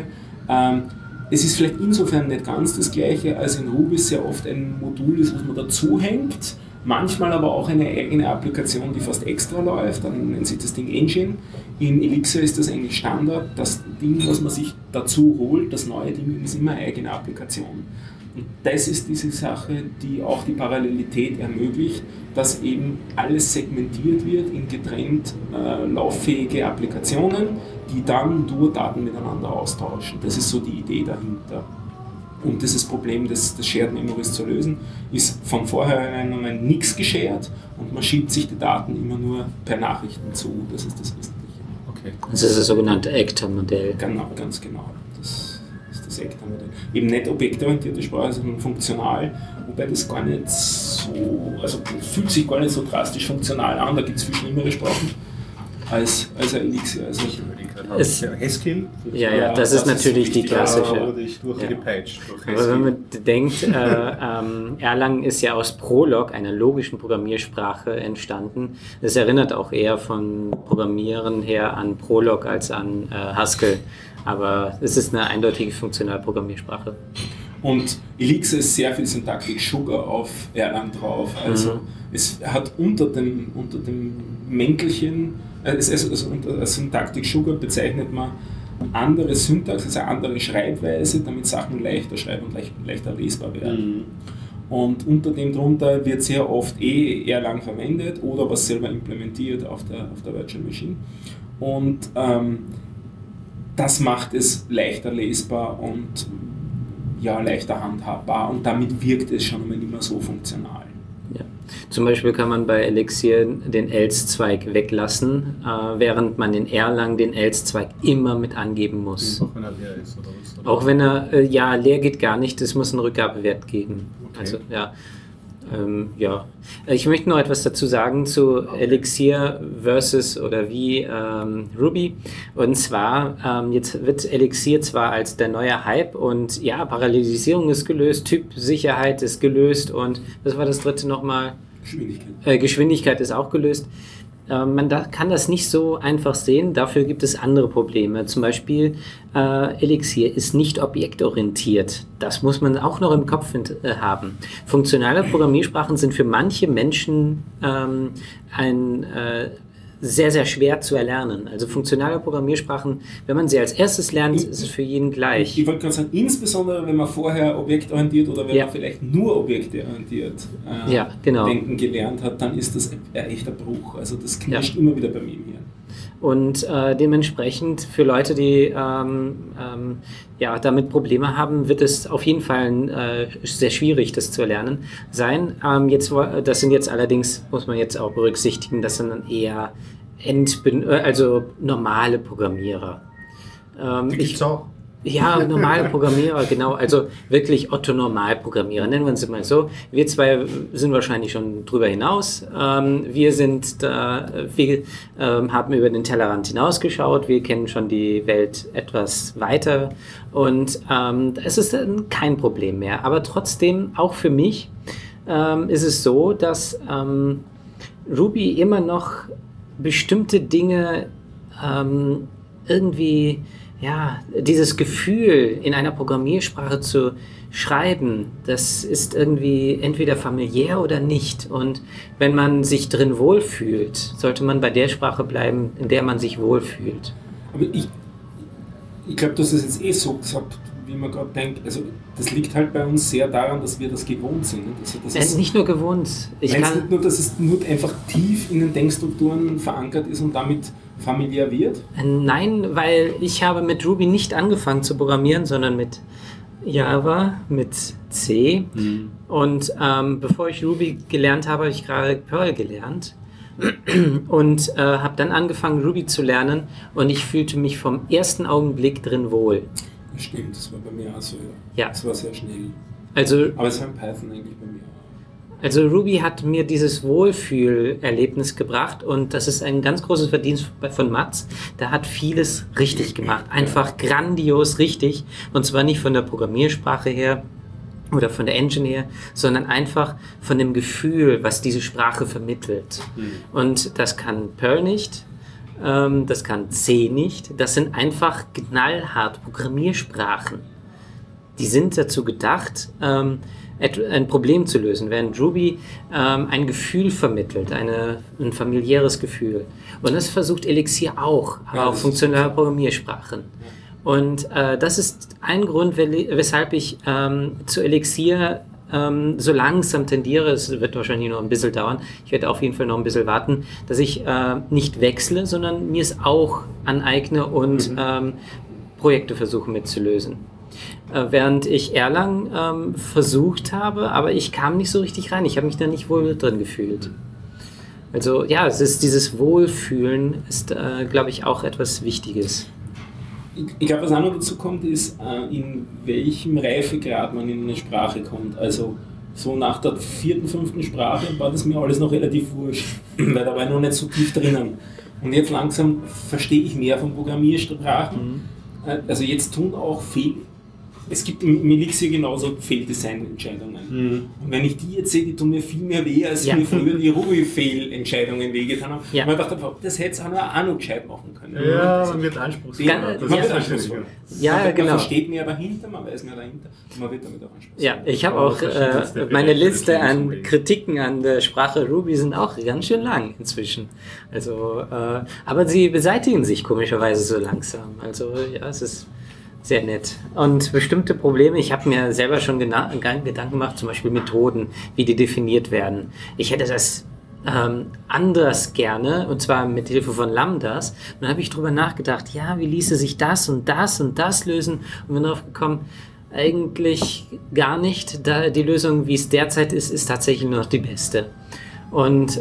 Es ist vielleicht insofern nicht ganz das Gleiche, als in Ruby sehr oft ein Modul ist, was man dazu hängt. Manchmal aber auch eine eigene Applikation, die fast extra läuft, dann nennt sich das Ding Engine. In Elixir ist das eigentlich Standard. Das Ding, was man sich dazu holt, das neue Ding, ist immer eine eigene Applikation. Und das ist diese Sache, die auch die Parallelität ermöglicht, dass eben alles segmentiert wird in getrennt lauffähige Applikationen, die dann nur Daten miteinander austauschen. Das ist so die Idee dahinter. Um dieses Problem des Shared Memories zu lösen, ist von vornherein einmal nichts geshared und man schiebt sich die Daten immer nur per Nachrichten zu. Das ist das Wesentliche. Okay. Das ist das sogenannte ACTA-Modell. Genau, ganz genau. Das ist das ACTA-Modell. Eben nicht objektorientierte Sprache, sondern funktional, wobei das gar nicht so, also fühlt sich gar nicht so drastisch funktional an. Da gibt es viel schlimmere Sprachen als Elixir. Also Haskell? Ja, das ist natürlich die klassische. Da wurde ich durchgepeitscht. Aber wenn man denkt, Erlang ist ja aus Prolog, einer logischen Programmiersprache, entstanden. Das erinnert auch eher von Programmieren her an Prolog als an Haskell. Aber es ist eine eindeutige Funktionalprogrammiersprache. Und Elixir ist sehr viel Syntactic Sugar auf Erlang drauf. Also es hat unter dem Mäntelchen, also unter Syntactic Sugar bezeichnet man andere Syntax, also andere Schreibweise, damit Sachen leichter schreiben und leichter lesbar werden. Und unter dem drunter wird sehr oft Erlang verwendet oder was selber implementiert auf der Virtual Machine. Und das macht es leichter lesbar und leichter handhabbar und damit wirkt es schon einmal nicht mehr so funktional. Ja. Zum Beispiel kann man bei Elixir den Else-Zweig weglassen, während man in Erlang den Else-Zweig immer mit angeben muss. Auch wenn er leer ist oder was? Oder? Auch wenn er, leer geht gar nicht, es muss einen Rückgabewert geben. Okay. Also, ich möchte noch etwas dazu sagen zu Elixir versus oder wie Ruby. Und zwar, jetzt wird Elixir zwar als der neue Hype und Parallelisierung ist gelöst, Typsicherheit ist gelöst und was war das dritte nochmal? Geschwindigkeit ist auch gelöst. Man kann das nicht so einfach sehen, dafür gibt es andere Probleme. Zum Beispiel Elixir ist nicht objektorientiert. Das muss man auch noch im Kopf haben. Funktionale Programmiersprachen sind für manche Menschen sehr, sehr schwer zu erlernen. Also funktionale Programmiersprachen, wenn man sie als erstes lernt, ist es für jeden gleich. Ich wollte gerade sagen, insbesondere wenn man vorher objektorientiert oder wenn man vielleicht nur objektorientiert denken gelernt hat, dann ist das ein echter Bruch. Also das knirscht immer wieder bei mir im Hirn. Und dementsprechend für Leute, die damit Probleme haben, wird es auf jeden Fall sehr schwierig, das zu erlernen sein. Das sind jetzt allerdings, muss man jetzt auch berücksichtigen, das sind dann eher normale Programmierer. Die gibt's auch. Ja, normale Programmierer, genau, also wirklich Otto-Normalprogrammierer, nennen wir uns mal so. Wir zwei sind wahrscheinlich schon drüber hinaus. Wir haben über den Tellerrand hinausgeschaut, wir kennen schon die Welt etwas weiter und es ist kein Problem mehr. Aber trotzdem, auch für mich, ist es so, dass Ruby immer noch bestimmte Dinge irgendwie... Ja, dieses Gefühl, in einer Programmiersprache zu schreiben, das ist irgendwie entweder familiär oder nicht. Und wenn man sich drin wohlfühlt, sollte man bei der Sprache bleiben, in der man sich wohlfühlt. Aber ich glaube, du hast es jetzt so gesagt, wie man gerade denkt. Also das liegt halt bei uns sehr daran, dass wir das gewohnt sind. Also, das ist nicht nur gewohnt. Nicht nur, dass es nur einfach tief in den Denkstrukturen verankert ist und damit familiär wird? Nein, weil ich habe mit Ruby nicht angefangen zu programmieren, sondern mit Java, mit C. Und bevor ich Ruby gelernt habe, habe ich gerade Perl gelernt und habe dann angefangen, Ruby zu lernen und ich fühlte mich vom ersten Augenblick drin wohl. Stimmt, das war bei mir auch so. Ja. Das war sehr schnell. Aber es war in Python eigentlich bei mir auch. Also Ruby hat mir dieses Wohlfühlerlebnis gebracht und das ist ein ganz großes Verdienst von Mats. Der hat vieles richtig gemacht, einfach grandios richtig und zwar nicht von der Programmiersprache her oder von der Engine her, sondern einfach von dem Gefühl, was diese Sprache vermittelt. Und das kann Perl nicht, das kann C nicht, das sind einfach knallhart Programmiersprachen. Die sind dazu gedacht, ein Problem zu lösen, während Ruby ein Gefühl vermittelt, ein familiäres Gefühl. Und das versucht Elixir auch, aber auch funktionale Programmiersprachen. Und das ist ein Grund, weshalb ich zu Elixir so langsam tendiere, es wird wahrscheinlich noch ein bisschen dauern, ich werde auf jeden Fall noch ein bisschen warten, dass ich nicht wechsle, sondern mir es auch aneigne und Projekte versuche mitzulösen. Während ich Erlang versucht habe, aber ich kam nicht so richtig rein. Ich habe mich da nicht wohl drin gefühlt. Also ja, es ist dieses Wohlfühlen ist, glaube ich, auch etwas Wichtiges. Ich glaube, was auch noch dazu kommt, ist, in welchem Reifegrad man in eine Sprache kommt. Also so nach der 4., 5. Sprache war das mir alles noch relativ wurscht, weil da war ich noch nicht so tief drinnen. Und jetzt langsam verstehe ich mehr von Programmiersprachen. Also jetzt tun auch es gibt im Elixir genauso Fehldesign-Entscheidungen. Und wenn ich die jetzt sehe, die tun mir viel mehr weh, als mir früher die Ruby-Fehlentscheidungen wehgetan haben. Ja. Man dachte, das hätte es auch noch gescheit machen können. Ja, man wird anspruchsvoll. Man versteht mehr dahinter, man weiß mehr dahinter und man wird damit auch anspruchsvoll. Ja, ich habe auch meine Liste an Kritiken an der Sprache Ruby sind auch ganz schön lang inzwischen. Also, aber sie beseitigen sich komischerweise so langsam. Also ja, es ist sehr nett. Und bestimmte Probleme, ich habe mir selber schon Gedanken gemacht, zum Beispiel Methoden, wie die definiert werden. Ich hätte das anders gerne, und zwar mit Hilfe von Lambdas. Und dann habe ich drüber nachgedacht, ja, wie ließe sich das und das und das lösen? Und bin darauf gekommen, eigentlich gar nicht. Da die Lösung, wie es derzeit ist tatsächlich nur noch die beste. Und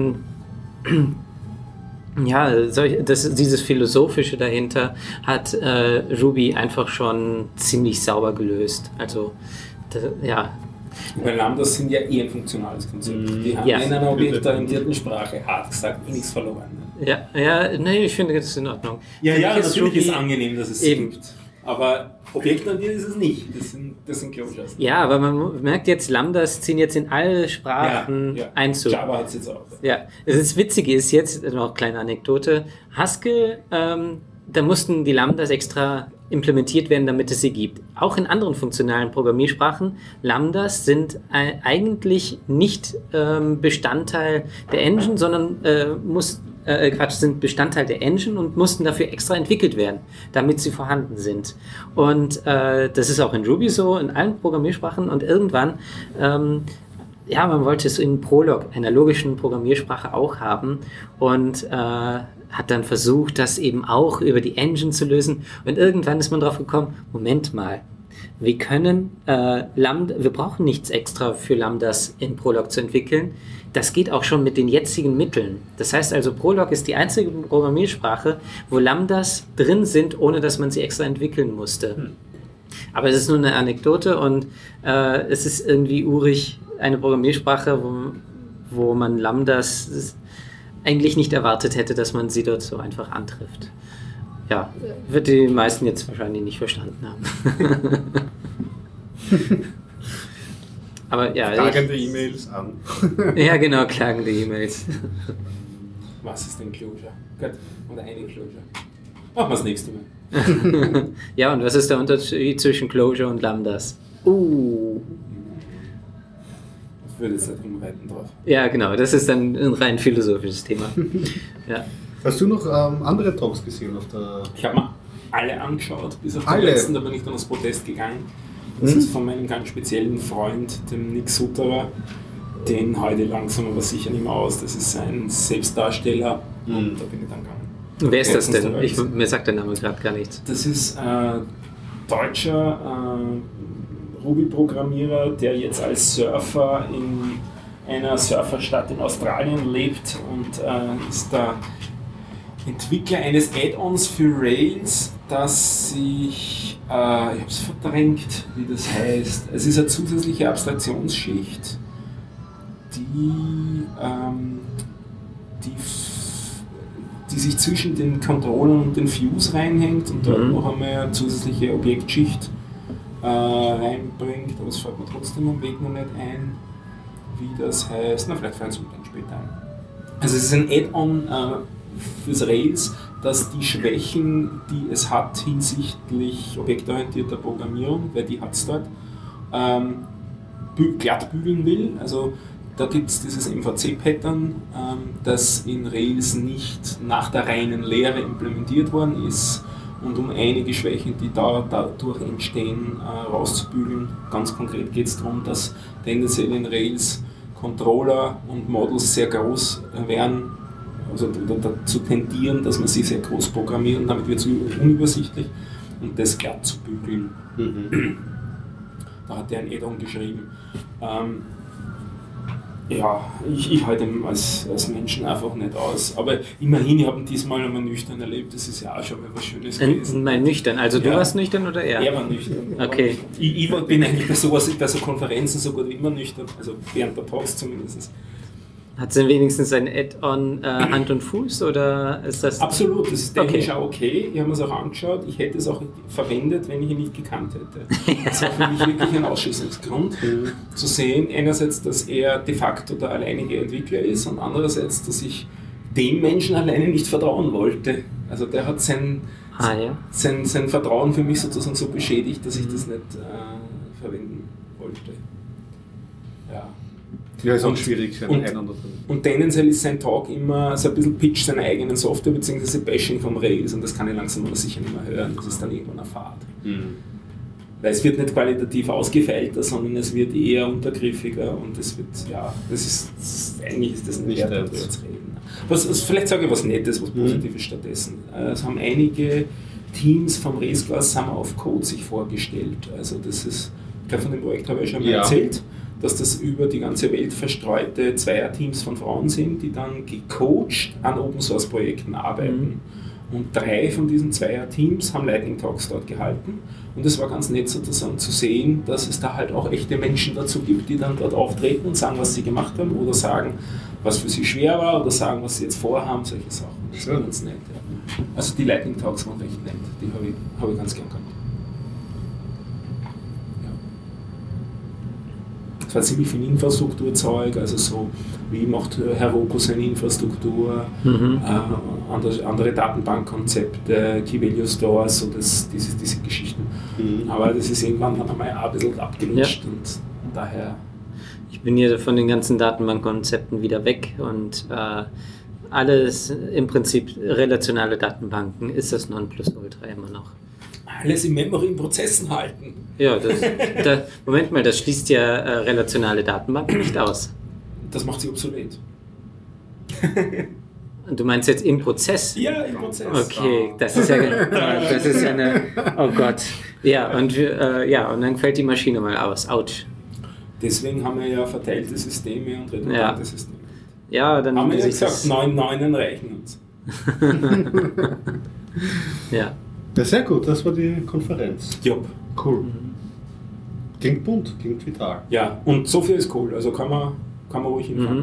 ja, dieses Philosophische dahinter hat Ruby einfach schon ziemlich sauber gelöst. Also, ja. Weil Lambdas sind ja eher ein funktionales Konzept. Die haben in einer objektorientierten Sprache, hart gesagt, nichts verloren. Nee, ich finde, das ist in Ordnung. Ja, natürlich ist es angenehm, dass es gibt. Aber objektorientiert ist es nicht. Das sind Closures. Ja, aber man merkt jetzt, Lambdas ziehen jetzt in alle Sprachen Einzug. Java hat es jetzt auch. Ja, das Witzige ist jetzt, noch eine kleine Anekdote, Haskell, da mussten die Lambdas extra implementiert werden, damit es sie gibt. Auch in anderen funktionalen Programmiersprachen, Lambdas sind eigentlich nicht Bestandteil der Engine, sondern sind Bestandteil der Engine und mussten dafür extra entwickelt werden, damit sie vorhanden sind. Und das ist auch in Ruby so, in allen Programmiersprachen. Und irgendwann, man wollte es in Prolog, einer logischen Programmiersprache, auch haben. Und hat dann versucht, das eben auch über die Engine zu lösen. Und irgendwann ist man drauf gekommen, Moment mal, wir können wir brauchen nichts extra für Lambdas in Prolog zu entwickeln. Das geht auch schon mit den jetzigen Mitteln. Das heißt also, Prolog ist die einzige Programmiersprache, wo Lambdas drin sind, ohne dass man sie extra entwickeln musste. Aber es ist nur eine Anekdote und es ist irgendwie urig, eine Programmiersprache, wo man Lambdas eigentlich nicht erwartet hätte, dass man sie dort so einfach antrifft. Ja, wird die meisten jetzt wahrscheinlich nicht verstanden haben. Aber ja. Klagende E-Mails an. Ja, genau, klagende E-Mails. Was ist denn Clojure? Gut, oder eine Clojure. Machen wir das nächste Mal. Ja, und was ist der Unterschied zwischen Clojure und Lambdas? Ich würde jetzt nicht rumreiten drauf. Ja, genau, das ist dann ein rein philosophisches Thema. Ja. Hast du noch andere Talks gesehen auf der... Ich habe mir alle angeschaut, bis auf den letzten, da bin ich dann als Protest gegangen. Das ist von meinem ganz speziellen Freund, dem Nick Sutterer. Den heute langsam aber sicher nicht mehr aus. Das ist ein Selbstdarsteller und da bin ich dann gegangen. Wer ist das denn? Mir sagt der Name gerade gar nichts. Das ist deutscher Ruby-Programmierer, der jetzt als Surfer in einer Surferstadt in Australien lebt und ist der Entwickler eines Add-ons für Rails, das sich, ich habe es verdrängt, wie das heißt. Es ist eine zusätzliche Abstraktionsschicht, die sich zwischen den Controllern und den Views reinhängt und dort noch einmal eine zusätzliche Objektschicht reinbringt, aber es fällt mir trotzdem am Weg noch nicht ein, wie das heißt. Na, vielleicht fällt es mir dann später ein. Also es ist ein Add-on fürs Rails, das die Schwächen, die es hat hinsichtlich objektorientierter Programmierung, weil die hat es dort, glatt bügeln will. Also da gibt es dieses MVC-Pattern, das in Rails nicht nach der reinen Lehre implementiert worden ist. Und um einige Schwächen, die dadurch entstehen, rauszubügeln. Ganz konkret geht es darum, dass tendenziell in Rails Controller und Models sehr groß werden, also dazu tendieren, dass man sie sehr groß programmieren, damit wird es unübersichtlich und das glatt zu bügeln. Da hat er ein Add-on geschrieben. Ja, ich halte ihn als Menschen einfach nicht aus. Aber immerhin, ich habe ihn diesmal einmal nüchtern erlebt, das ist ja auch schon mal was Schönes gewesen. Mal nüchtern, also du warst nüchtern oder er? Er war nüchtern. Okay. Ich bin eigentlich bei so Konferenzen so gut wie immer nüchtern, also während der Talks zumindest. Hat es denn wenigstens ein Add-on Hand und Fuß oder ist das... Absolut, das ist technisch auch okay. Ich habe mir es auch angeschaut. Ich hätte es auch verwendet, wenn ich ihn nicht gekannt hätte. Das war für mich wirklich ein Ausschließungsgrund, zu sehen, einerseits, dass er de facto der alleinige Entwickler ist und andererseits, dass ich dem Menschen alleine nicht vertrauen wollte. Also der hat sein Vertrauen für mich sozusagen so beschädigt, dass ich das nicht verwenden wollte. Ja. Ja, ist auch schwierig für einen oder und tendenziell ist sein Talk immer so ein bisschen Pitch seiner eigenen Software bzw. Bashing vom Rails und das kann ich langsam aber sicher nicht mehr hören. Das ist dann irgendwann eine Fahrt. Weil es wird nicht qualitativ ausgefeilter, sondern es wird eher untergriffiger und es wird, eigentlich ist das nicht wert, darüber zu reden. Vielleicht sage ich was Nettes, was Positives stattdessen. Es haben einige Teams vom Rails Class Summer of Code sich vorgestellt. Also das ist, ich glaube von dem Projekt habe ich schon mal erzählt, dass das über die ganze Welt verstreute Zweierteams von Frauen sind, die dann gecoacht an Open-Source-Projekten arbeiten. Und 3 von diesen Zweierteams haben Lightning Talks dort gehalten. Und es war ganz nett sozusagen zu sehen, dass es da halt auch echte Menschen dazu gibt, die dann dort auftreten und sagen, was sie gemacht haben oder sagen, was für sie schwer war oder sagen, was sie jetzt vorhaben, solche Sachen. Das war ganz nett. Ja. Also die Lightning Talks waren recht nett, die habe ich ganz gern gehabt. Es war ziemlich viel Infrastrukturzeug, also so, wie macht Heroku seine Infrastruktur, andere Datenbankkonzepte, Key-Value Stores, so diese Geschichten. Aber das ist irgendwann dann einmal auch ein bisschen abgelutscht und daher... Ich bin hier von den ganzen Datenbankkonzepten wieder weg und alles im Prinzip relationale Datenbanken ist das Nonplusultra immer noch. Alles im Memory in Prozessen halten. Ja, Moment mal, das schließt ja relationale Datenbanken nicht aus. Das macht sie obsolet. Du meinst jetzt im Prozess? Ja, im Prozess. Okay, das ist ja eine. Oh Gott. Ja, und dann fällt die Maschine mal aus. Autsch. Deswegen haben wir ja verteilte Systeme und redundante Systeme. Ja, dann haben wir ja gesagt, 9 Neunen reichen uns. Ja. Ja, sehr gut, das war die Konferenz. Job. Cool. Klingt bunt, klingt vital. Ja, und so viel ist cool, also kann man ruhig hinfahren.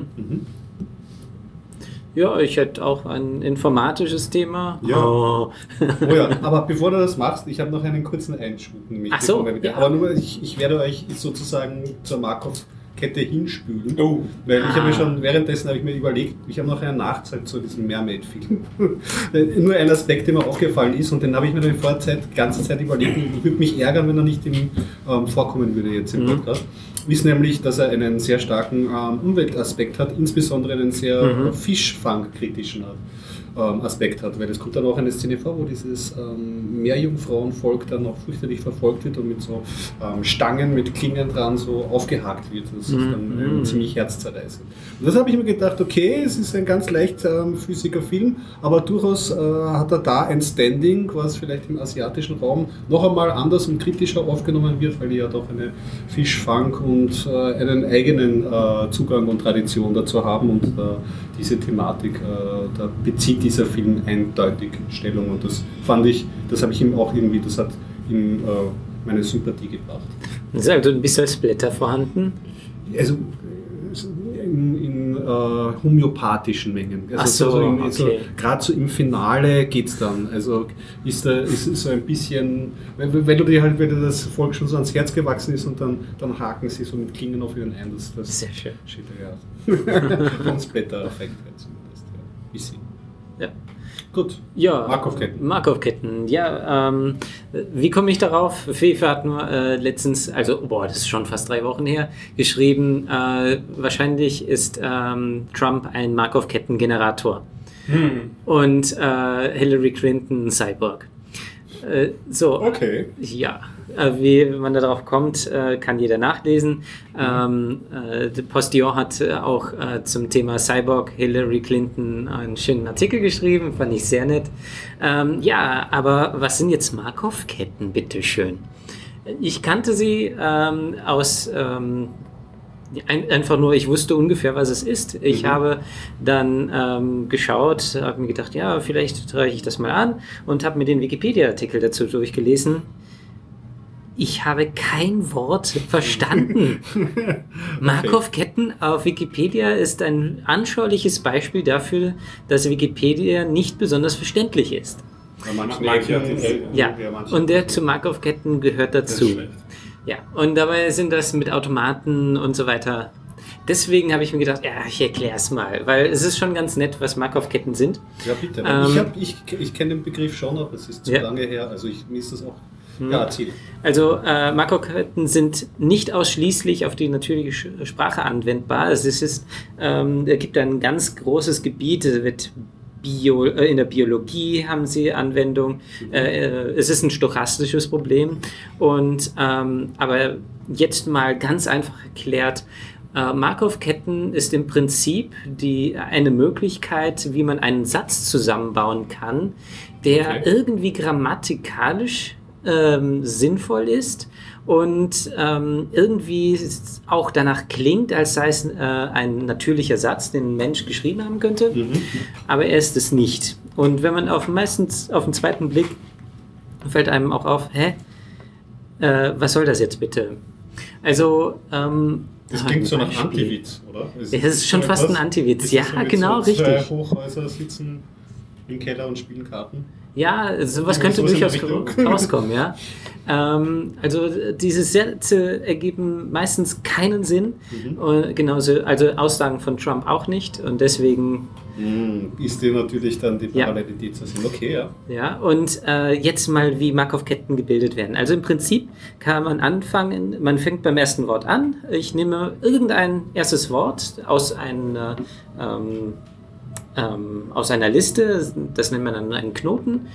Ja, ich hätte auch ein informatisches Thema. Ja. Oh ja, aber bevor du das machst, ich habe noch einen kurzen Einschub. Nämlich Ach so, aber nur, ich werde euch sozusagen zur Markov-Kette hinspülen. Oh. Weil ich habe mir schon, währenddessen habe ich mir überlegt, ich habe noch einen Nachtrag zu diesem Mermaid-Film. Nur ein Aspekt, der mir aufgefallen ist, und den habe ich mir die ganze Zeit überlegt, und würde mich ärgern, wenn er nicht vorkommen würde jetzt im Podcast. Ist nämlich, dass er einen sehr starken Umweltaspekt hat, insbesondere einen sehr fischfangkritischen Aspekt hat, weil es kommt dann auch eine Szene vor, wo dieses Meerjungfrauenvolk dann auch fürchterlich verfolgt wird und mit so Stangen mit Klingen dran so aufgehakt wird. Das ist dann ziemlich herzzerreißend. Und das habe ich mir gedacht, okay, es ist ein ganz leicht flüssiger Film, aber durchaus hat er da ein Standing, was vielleicht im asiatischen Raum noch einmal anders und kritischer aufgenommen wird, weil die ja doch eine Fischfang und einen eigenen Zugang und Tradition dazu haben, und diese Thematik, da bezieht dieser Film eindeutig Stellung, und das fand ich, das habe ich ihm auch irgendwie, das hat ihm meine Sympathie gebracht. Sag, du bist als Blätter vorhanden? Also in homöopathischen Mengen. Also okay. Gerade so im Finale geht es dann. Also ist so ein bisschen, wenn dir das Volk schon so ans Herz gewachsen ist, und dann haken sie so mit Klingen auf ihren ein. Das sehr schön. Steht ja von Splatter-Effekt zumindest. Ja. Bisschen. Ja. Gut. Ja, Markov-Ketten. Ja, wie komme ich darauf? Fefe hat nur letztens, das ist schon fast 3 Wochen her, geschrieben, wahrscheinlich ist Trump ein Markov-Ketten-Generator. Und Hillary Clinton Cyborg. Okay. Ja, wie man darauf kommt, kann jeder nachlesen. Postillon hat auch zum Thema Cyborg Hillary Clinton einen schönen Artikel geschrieben, fand ich sehr nett. Ja, aber was sind jetzt Markov-Ketten, bitteschön? Ich kannte sie aus... einfach nur, ich wusste ungefähr, was es ist. Ich habe dann geschaut, habe mir gedacht, ja, vielleicht reiche ich das mal an, und habe mir den Wikipedia-Artikel dazu durchgelesen. Ich habe kein Wort verstanden. Markov-Ketten auf Wikipedia ist ein anschauliches Beispiel dafür, dass Wikipedia nicht besonders verständlich ist. Ja, und der zu Markov-Ketten gehört dazu. Ja, und dabei sind das mit Automaten und so weiter. Deswegen habe ich mir gedacht, ja, ich erkläre es mal, weil es ist schon ganz nett, was Markov-Ketten sind. Ja, bitte. Ich kenne den Begriff schon, aber es ist zu lange her. Also mir ist das auch... Ja, erzähl. Also Markov-Ketten sind nicht ausschließlich auf die natürliche Sprache anwendbar. Es gibt ein ganz großes Gebiet, es wird in der Biologie haben sie Anwendung. Es ist ein stochastisches Problem. Aber jetzt mal ganz einfach erklärt, Markov-Ketten ist im Prinzip eine Möglichkeit, wie man einen Satz zusammenbauen kann, der irgendwie grammatikalisch sinnvoll ist und irgendwie auch danach klingt, als sei es ein natürlicher Satz, den ein Mensch geschrieben haben könnte, aber er ist es nicht. Und wenn man meistens auf den zweiten Blick fällt einem auch auf, was soll das jetzt bitte? Also das klingt so nach Antiwitz, oder? Es ist schon fast ein Antiwitz, ja, genau, richtig. Zwei Hochhäuser sitzen im Keller und spielen Karten. Ja, sowas könnte durchaus rauskommen, ja. Also diese Sätze ergeben meistens keinen Sinn. Genauso, also Aussagen von Trump auch nicht, und deswegen... Ist dir natürlich dann die Parallelität zu sehen. Okay, ja. Ja, und jetzt mal, wie Markov-Ketten gebildet werden. Also im Prinzip kann man anfangen, man fängt beim ersten Wort an. Ich nehme irgendein erstes Wort aus einem aus einer Liste, das nennt man dann einen Knoten.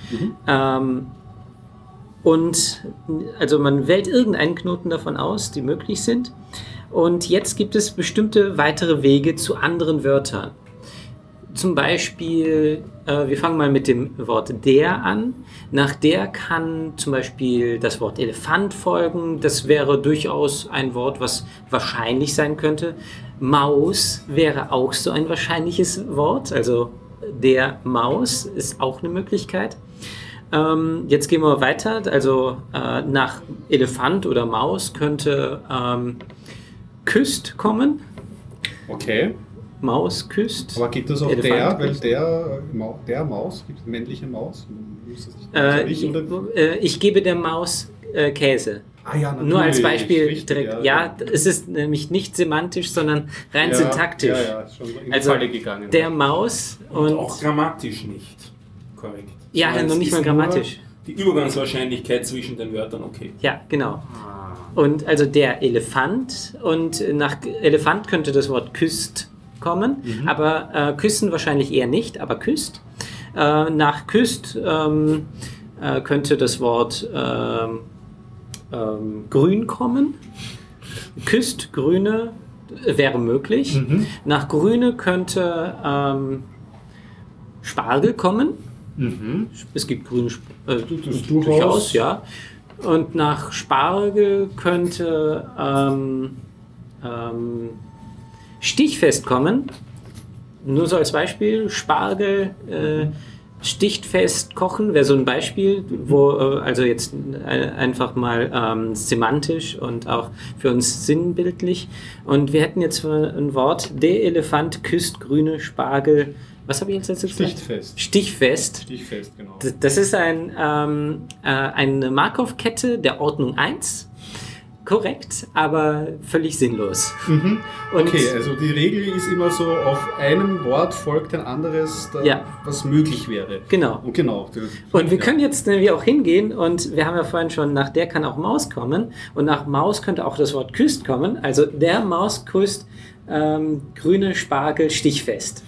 Und also man wählt irgendeinen Knoten davon aus, die möglich sind. Und jetzt gibt es bestimmte weitere Wege zu anderen Wörtern. Zum Beispiel, wir fangen mal mit dem Wort der an. Nach der kann zum Beispiel das Wort Elefant folgen. Das wäre durchaus ein Wort, was wahrscheinlich sein könnte. Maus wäre auch so ein wahrscheinliches Wort. Also der Maus ist auch eine Möglichkeit. Jetzt gehen wir weiter. Also nach Elefant oder Maus könnte küsst kommen. Okay. Maus küsst. Aber gibt es auch Elefant weil küsst. der Maus, gibt es männliche Maus? Ist das nicht Ich gebe der Maus Käse. Ah ja, natürlich. Nur als Beispiel Richtig, direkt. Ja, es ist nämlich nicht semantisch, sondern rein syntaktisch. Ja, ist schon in die Also Falle gegangen. der Maus Und auch grammatisch nicht korrekt. Ja, Sondern noch es nicht ist mal nur grammatisch. Die Übergangswahrscheinlichkeit zwischen den Wörtern okay. Ja, genau. Und also der Elefant und nach Elefant könnte das Wort küsst kommen, aber küssen wahrscheinlich eher nicht, aber küsst. Nach küsst könnte das Wort grün kommen. Küsst, grüne wäre möglich. Nach grüne könnte Spargel kommen. Es gibt grüne durchaus, ja. Und nach Spargel könnte stichfest kommen. Nur so als Beispiel, Spargel stichfest kochen wäre so ein Beispiel, wo also jetzt einfach mal semantisch und auch für uns sinnbildlich. Und wir hätten jetzt ein Wort, der Elefant küsst grüne Spargel. Was habe ich jetzt gesagt? Stichfest. Stichfest. Stichfest, genau. Das ist eine Markov-Kette der Ordnung 1. Korrekt, aber völlig sinnlos. Und Okay, also die Regel ist immer so, auf einem Wort folgt ein anderes, was möglich wäre. Genau. Und genau. Und wir können jetzt nämlich auch hingehen und wir haben ja vorhin schon, nach der kann auch Maus kommen und nach Maus könnte auch das Wort küsst kommen. Also der Maus küsst grüne Spargel stichfest.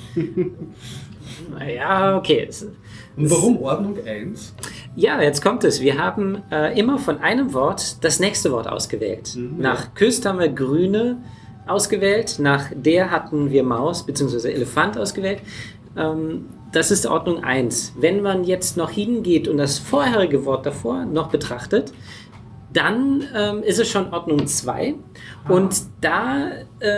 Ja, okay. Und warum Ordnung 1? Ja, jetzt kommt es. Wir haben immer von einem Wort das nächste Wort ausgewählt. Nach küsst haben wir grüne ausgewählt, nach der hatten wir Maus bzw. Elefant ausgewählt. Das ist Ordnung 1. Wenn man jetzt noch hingeht und das vorherige Wort davor noch betrachtet, dann ist es schon Ordnung 2 und da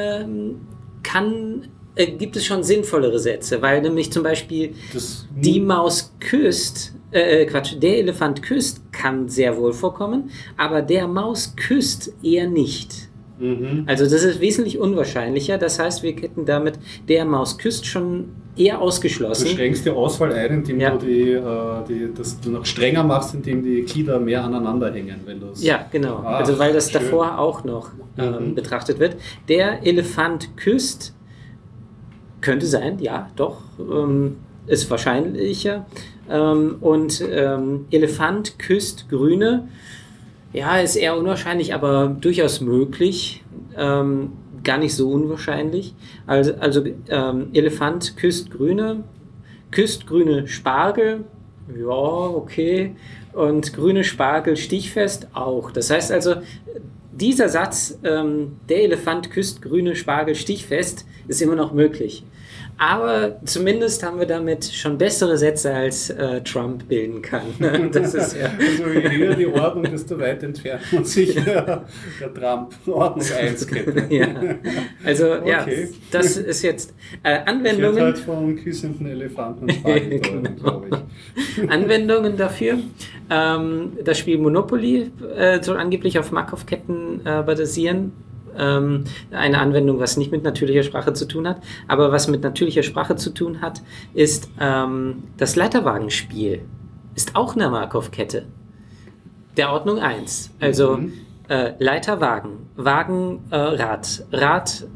gibt es schon sinnvollere Sätze, weil nämlich zum Beispiel die Maus küsst, der Elefant küsst kann sehr wohl vorkommen, aber der Maus küsst eher nicht. Also das ist wesentlich unwahrscheinlicher, das heißt, wir hätten damit der Maus küsst schon eher ausgeschlossen. Du schränkst die Auswahl ein, indem du das noch strenger machst, indem die Glieder mehr aneinander hängen. Wenn ja, genau. Also weil das schön. davor auch noch betrachtet wird. Der Elefant küsst könnte sein, ja, doch, ist wahrscheinlicher. Und Elefant küsst Grüne, ja, ist eher unwahrscheinlich, aber durchaus möglich. Gar nicht so unwahrscheinlich. Also Elefant küsst grüne Spargel, ja, okay. Und grüne Spargel stichfest auch. Das heißt also, dieser Satz, der Elefant küsst grüne Spargel stichfest, ist immer noch möglich. Aber zumindest haben wir damit schon bessere Sätze, als Trump bilden kann. Das ist ja also je höher die Ordnung, desto weit entfernt man sich der Trump Ordnung 1 kennt. Ja. Also Okay. ja, das ist jetzt Ich Anwendungen. hätte halt von küssenden Elefanten und Spargel, glaube ich. Anwendungen dafür. Das Spiel Monopoly soll angeblich auf Markov-Ketten basieren. Eine Anwendung, was nicht mit natürlicher Sprache zu tun hat, aber was mit natürlicher Sprache zu tun hat, ist das Leiterwagenspiel. Ist auch eine Markov-Kette. Der Ordnung 1. Also Leiterwagen, Wagen, Rad. Rad,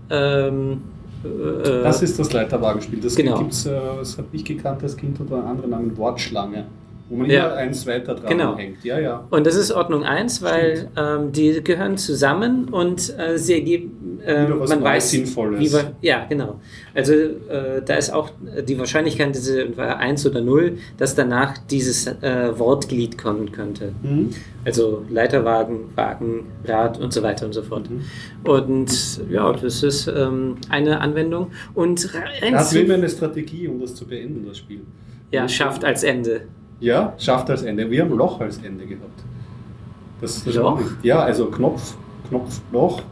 Das ist das Leiterwagenspiel. Das Genau. gibt's, das habe ich gekannt als Kind unter einem anderen Namen Wortschlange. Wo man Ja. immer eins weiter dran Genau. hängt. Ja, ja. Und das ist Ordnung 1, weil die gehören zusammen und sie ergeben, Wieder was man Neues, weiß, Sinnvolles. ja, genau. Also da ist auch die Wahrscheinlichkeit, diese war 1 oder 0, dass danach dieses Wortglied kommen könnte. Mhm. Also Leiterwagen, Wagen, Rad und so weiter und so fort. Und ja, das ist eine Anwendung. Und Er hat immer eine Strategie, um das zu beenden, das Spiel. ja, schafft als Ende. Ja, schafft als Ende. Wir haben Loch als Ende gehabt. Das Loch? Ja, also Knopf, Loch,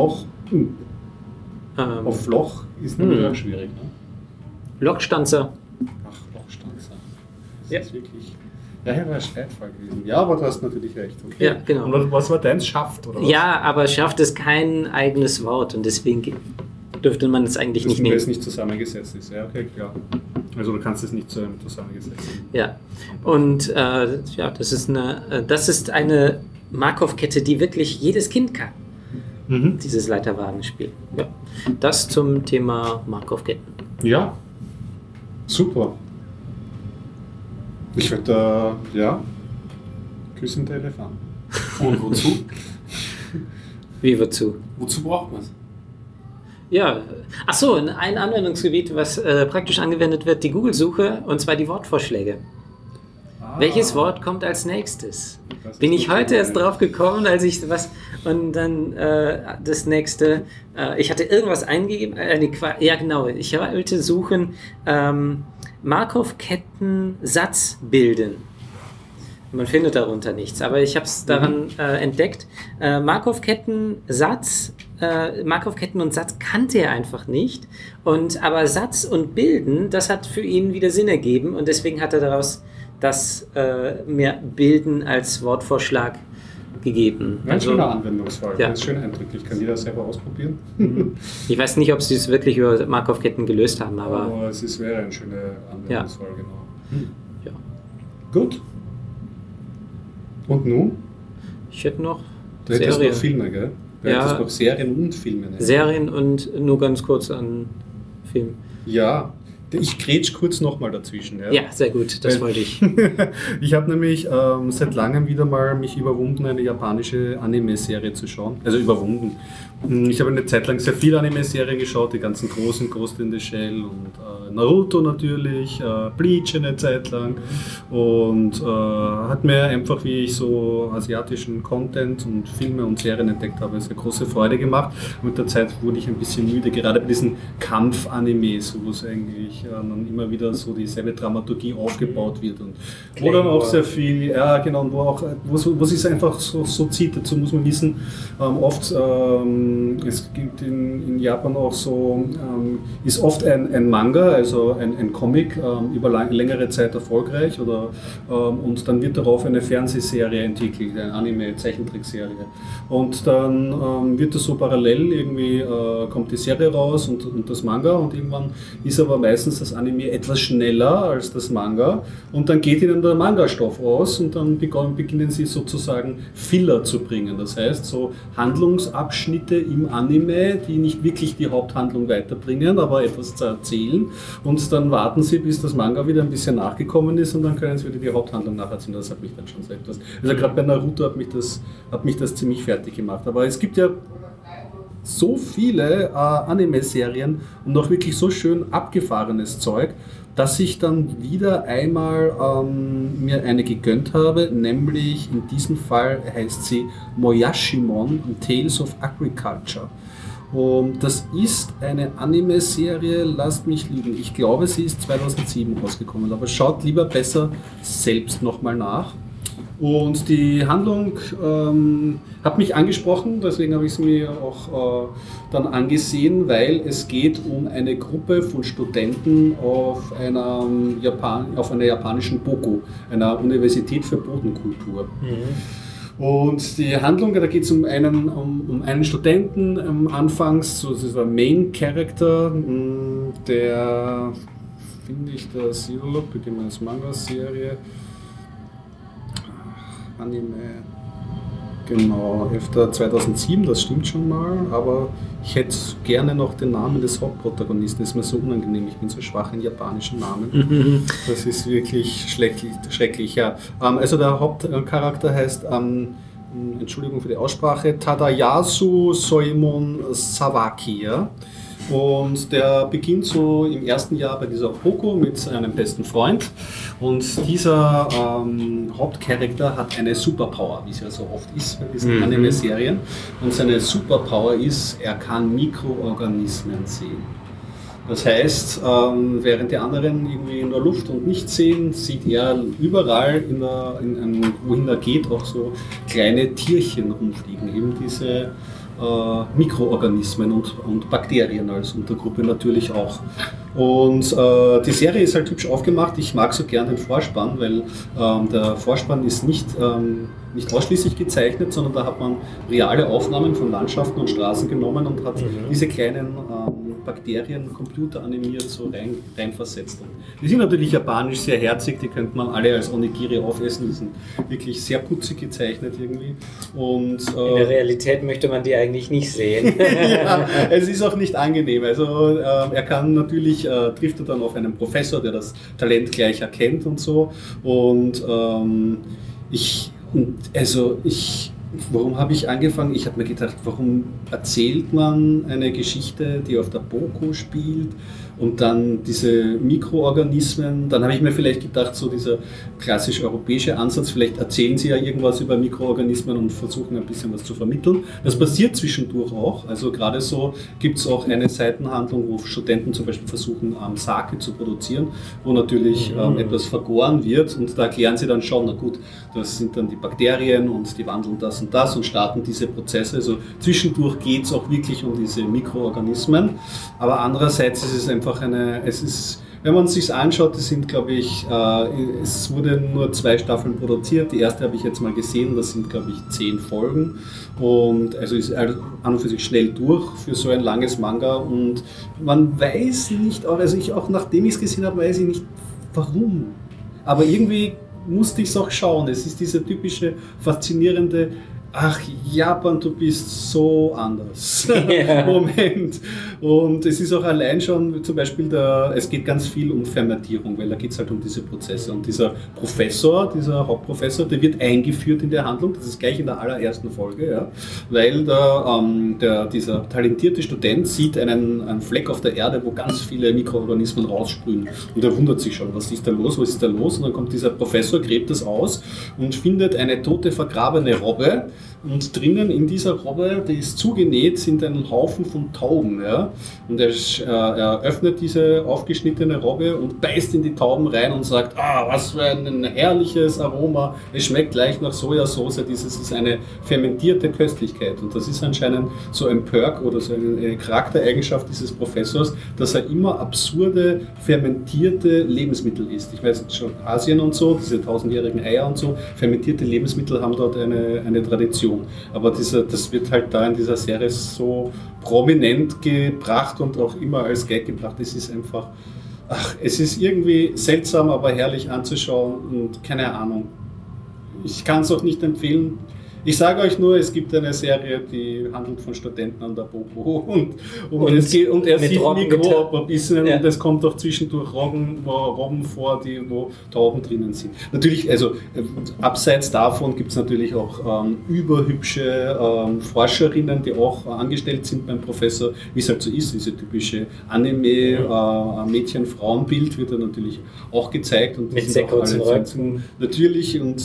Auf Loch ist natürlich auch schwierig. Ne? Lochstanzer. Ach, Lochstanzer. Das Ja. ist wirklich. Ja, wäre ein Streitfall gewesen. Ja, aber du hast natürlich recht. Okay. Ja, genau. Und was war deins? Schafft, oder was? Ja, aber schafft ist kein eigenes Wort und deswegen dürfte man es eigentlich nicht Weil nehmen. es nicht zusammengesetzt ist. Ja, okay, klar. Also du kannst es nicht zusammengesetzt. Ja, und ja, das ist eine Markov-Kette, die wirklich jedes Kind kann, dieses Leiterwagenspiel. Ja, das zum Thema Markov-Ketten. Ja, super. Ich würde, ja, küssen der Elefant. Und wozu? Wie wozu? Wozu braucht man es? Ja, achso, ein Anwendungsgebiet, was praktisch angewendet wird, die Google-Suche, und zwar die Wortvorschläge. Welches Wort kommt als nächstes? Bin ich heute erst drauf gekommen, als ich was und dann das nächste. Ich hatte irgendwas eingegeben. Ja, genau. Ich wollte suchen Markov-Ketten Satz bilden. Man findet darunter nichts, aber ich habe es daran entdeckt. Markov-Ketten und Satz kannte er einfach nicht. Aber Satz und Bilden, das hat für ihn wieder Sinn ergeben und deswegen hat er daraus das mir Bilden als Wortvorschlag gegeben. Ein schöner Anwendungsfall, Ja. ganz schön eindrücklich. Kann jeder selber ausprobieren. Ich weiß nicht, ob sie es wirklich über Markov-Ketten gelöst haben, aber Aber es wäre ein schöner Anwendungsfall, genau. ja. Gut. Und nun? Ich hätte noch Du hättest Serie. noch Filme, gell? Du Ja. hättest noch Serien und Filme. Ne? Serien und nur ganz kurz an Film. Ja. Ich grätsch kurz nochmal dazwischen. Ja, sehr gut, das Weil- wollte ich. Ich habe nämlich seit langem wieder mal mich überwunden, eine japanische Anime-Serie zu schauen. Also überwunden. Ich habe eine Zeit lang sehr viele Anime-Serien geschaut, die ganzen großen, Ghost in the Shell und Naruto natürlich, Bleach eine Zeit lang. Und hat mir einfach, wie ich so asiatischen Content und Filme und Serien entdeckt habe, sehr große Freude gemacht. Mit der Zeit wurde ich ein bisschen müde, gerade bei diesen Kampf-Animes, wo es eigentlich dann immer wieder so dieselbe Dramaturgie aufgebaut wird und wo dann auch sehr viel, ja genau, und wo es sich einfach so zieht. Dazu muss man wissen, oft, es gibt in Japan auch so, ist oft ein Manga, also ein Comic, über längere Zeit erfolgreich und dann wird darauf eine Fernsehserie entwickelt, eine Anime-Zeichentrickserie. Und dann wird das so parallel, irgendwie kommt die Serie raus und das Manga und irgendwann ist aber meistens das Anime etwas schneller als das Manga und dann geht ihnen der Manga-Stoff aus und dann beginnen sie sozusagen Filler zu bringen. Das heißt, so Handlungsabschnitte im Anime, die nicht wirklich die Haupthandlung weiterbringen, aber etwas zu erzählen und dann warten sie, bis das Manga wieder ein bisschen nachgekommen ist und dann können sie wieder die Haupthandlung nacherzählen. Das hat mich dann schon so etwas. Also gerade bei Naruto hat mich das ziemlich fertig gemacht. Aber es gibt ja so viele Anime-Serien und auch wirklich so schön abgefahrenes Zeug, dass ich dann wieder einmal mir eine gegönnt habe, nämlich in diesem Fall heißt sie Moyashimon Tales of Agriculture. Und das ist eine Anime-Serie, lasst mich lügen, ich glaube sie ist 2007 rausgekommen, aber schaut lieber besser selbst nochmal nach. Und die Handlung hat mich angesprochen, deswegen habe ich es mir auch dann angesehen, weil es geht um eine Gruppe von Studenten auf einer japanischen Boku, einer Universität für Bodenkultur. Und die Handlung, da geht es um einen Studenten anfangs, so das ist ein Main Character, der, finde ich, das Manga-Serie, Anime. Genau, 11.2007, das stimmt schon mal, aber ich hätte gerne noch den Namen des Hauptprotagonisten, das ist mir so unangenehm, ich bin so schwach in japanischen Namen. Das ist wirklich schrecklich, ja. Also der Hauptcharakter heißt, Entschuldigung für die Aussprache, Tadayasu Soemon Sawaki, ja. Und der beginnt so im ersten Jahr bei dieser Boko mit seinem besten Freund. Und dieser Hauptcharakter hat eine Superpower, wie es ja so oft ist bei diesen Anime-Serien. Und seine Superpower ist, er kann Mikroorganismen sehen. Das heißt, während die anderen irgendwie in der Luft und nichts sehen, sieht er überall, wohin er geht, auch so kleine Tierchen rumfliegen. Eben diese Mikroorganismen und Bakterien als Untergruppe natürlich auch. Und die Serie ist halt hübsch aufgemacht. Ich mag so gern den Vorspann, weil der Vorspann ist nicht ausschließlich gezeichnet, sondern da hat man reale Aufnahmen von Landschaften und Straßen genommen und hat diese kleinen Bakterien computeranimiert so reinversetzt. Die sind natürlich japanisch sehr herzig, die könnte man alle als Onigiri aufessen, die sind wirklich sehr putzig gezeichnet irgendwie. Und, in der Realität möchte man die eigentlich nicht sehen. Ja, es ist auch nicht angenehm. Also er kann natürlich, trifft er dann auf einen Professor, der das Talent gleich erkennt und so. Und warum habe ich angefangen? Ich habe mir gedacht, warum erzählt man eine Geschichte, die auf der Boko spielt und dann diese Mikroorganismen? Dann habe ich mir vielleicht gedacht, so dieser klassisch europäische Ansatz, vielleicht erzählen sie ja irgendwas über Mikroorganismen und versuchen ein bisschen was zu vermitteln. Das passiert zwischendurch auch. Also gerade so gibt es auch eine Seitenhandlung, wo Studenten zum Beispiel versuchen, Sake zu produzieren, wo natürlich etwas vergoren wird und da erklären sie dann schon, na gut, das sind dann die Bakterien und die wandeln das und starten diese Prozesse. Also zwischendurch geht es auch wirklich um diese Mikroorganismen, aber andererseits ist es einfach wenn man es sich anschaut, es sind, glaube ich, es wurden nur 2 Staffeln produziert. Die erste habe ich jetzt mal gesehen, das sind, glaube ich, 10 Folgen. Und also ist an und für sich schnell durch für so ein langes Manga. Und man weiß nicht, also ich auch nachdem ich es gesehen habe, weiß ich nicht, warum. Aber irgendwie musste ich es auch schauen. Es ist dieser typische faszinierende, ach Japan, du bist so anders. Yeah. Moment. Und es ist auch allein schon zum Beispiel, es geht ganz viel um Fermentierung, weil da geht es halt um diese Prozesse. Und dieser Professor, dieser Hauptprofessor, der wird eingeführt in der Handlung, das ist gleich in der allerersten Folge, ja, weil dieser talentierte Student sieht einen Fleck auf der Erde, wo ganz viele Mikroorganismen raussprühen. Und er wundert sich schon, was ist da los, was ist da los? Und dann kommt dieser Professor, gräbt das aus und findet eine tote, vergrabene Robbe. Und drinnen in dieser Robbe, die ist zugenäht, sind ein Haufen von Tauben. Ja? Und er öffnet diese aufgeschnittene Robbe und beißt in die Tauben rein und sagt, was für ein herrliches Aroma, es schmeckt gleich nach Sojasauce, dieses ist eine fermentierte Köstlichkeit. Und das ist anscheinend so ein Perk oder so eine Charaktereigenschaft dieses Professors, dass er immer absurde, fermentierte Lebensmittel isst. Ich weiß schon, Asien und so, diese 1000-jährigen Eier und so, fermentierte Lebensmittel haben dort eine Tradition. Aber das wird halt da in dieser Serie so prominent gebracht und auch immer als Gag gebracht. Es ist einfach, es ist irgendwie seltsam, aber herrlich anzuschauen und keine Ahnung. Ich kann es auch nicht empfehlen. Ich sage euch nur, es gibt eine Serie, die handelt von Studenten an der Boko und er sieht Mikroorganismen und es kommt auch zwischendurch Robben vor, wo Tauben drinnen sind. Natürlich, also abseits davon gibt es natürlich auch überhübsche Forscherinnen, die auch angestellt sind beim Professor, wie es halt so ist, diese typische Anime-Mädchen-Frauenbild wird da natürlich auch gezeigt. Und mit sehr kurzen Röcken. Natürlich und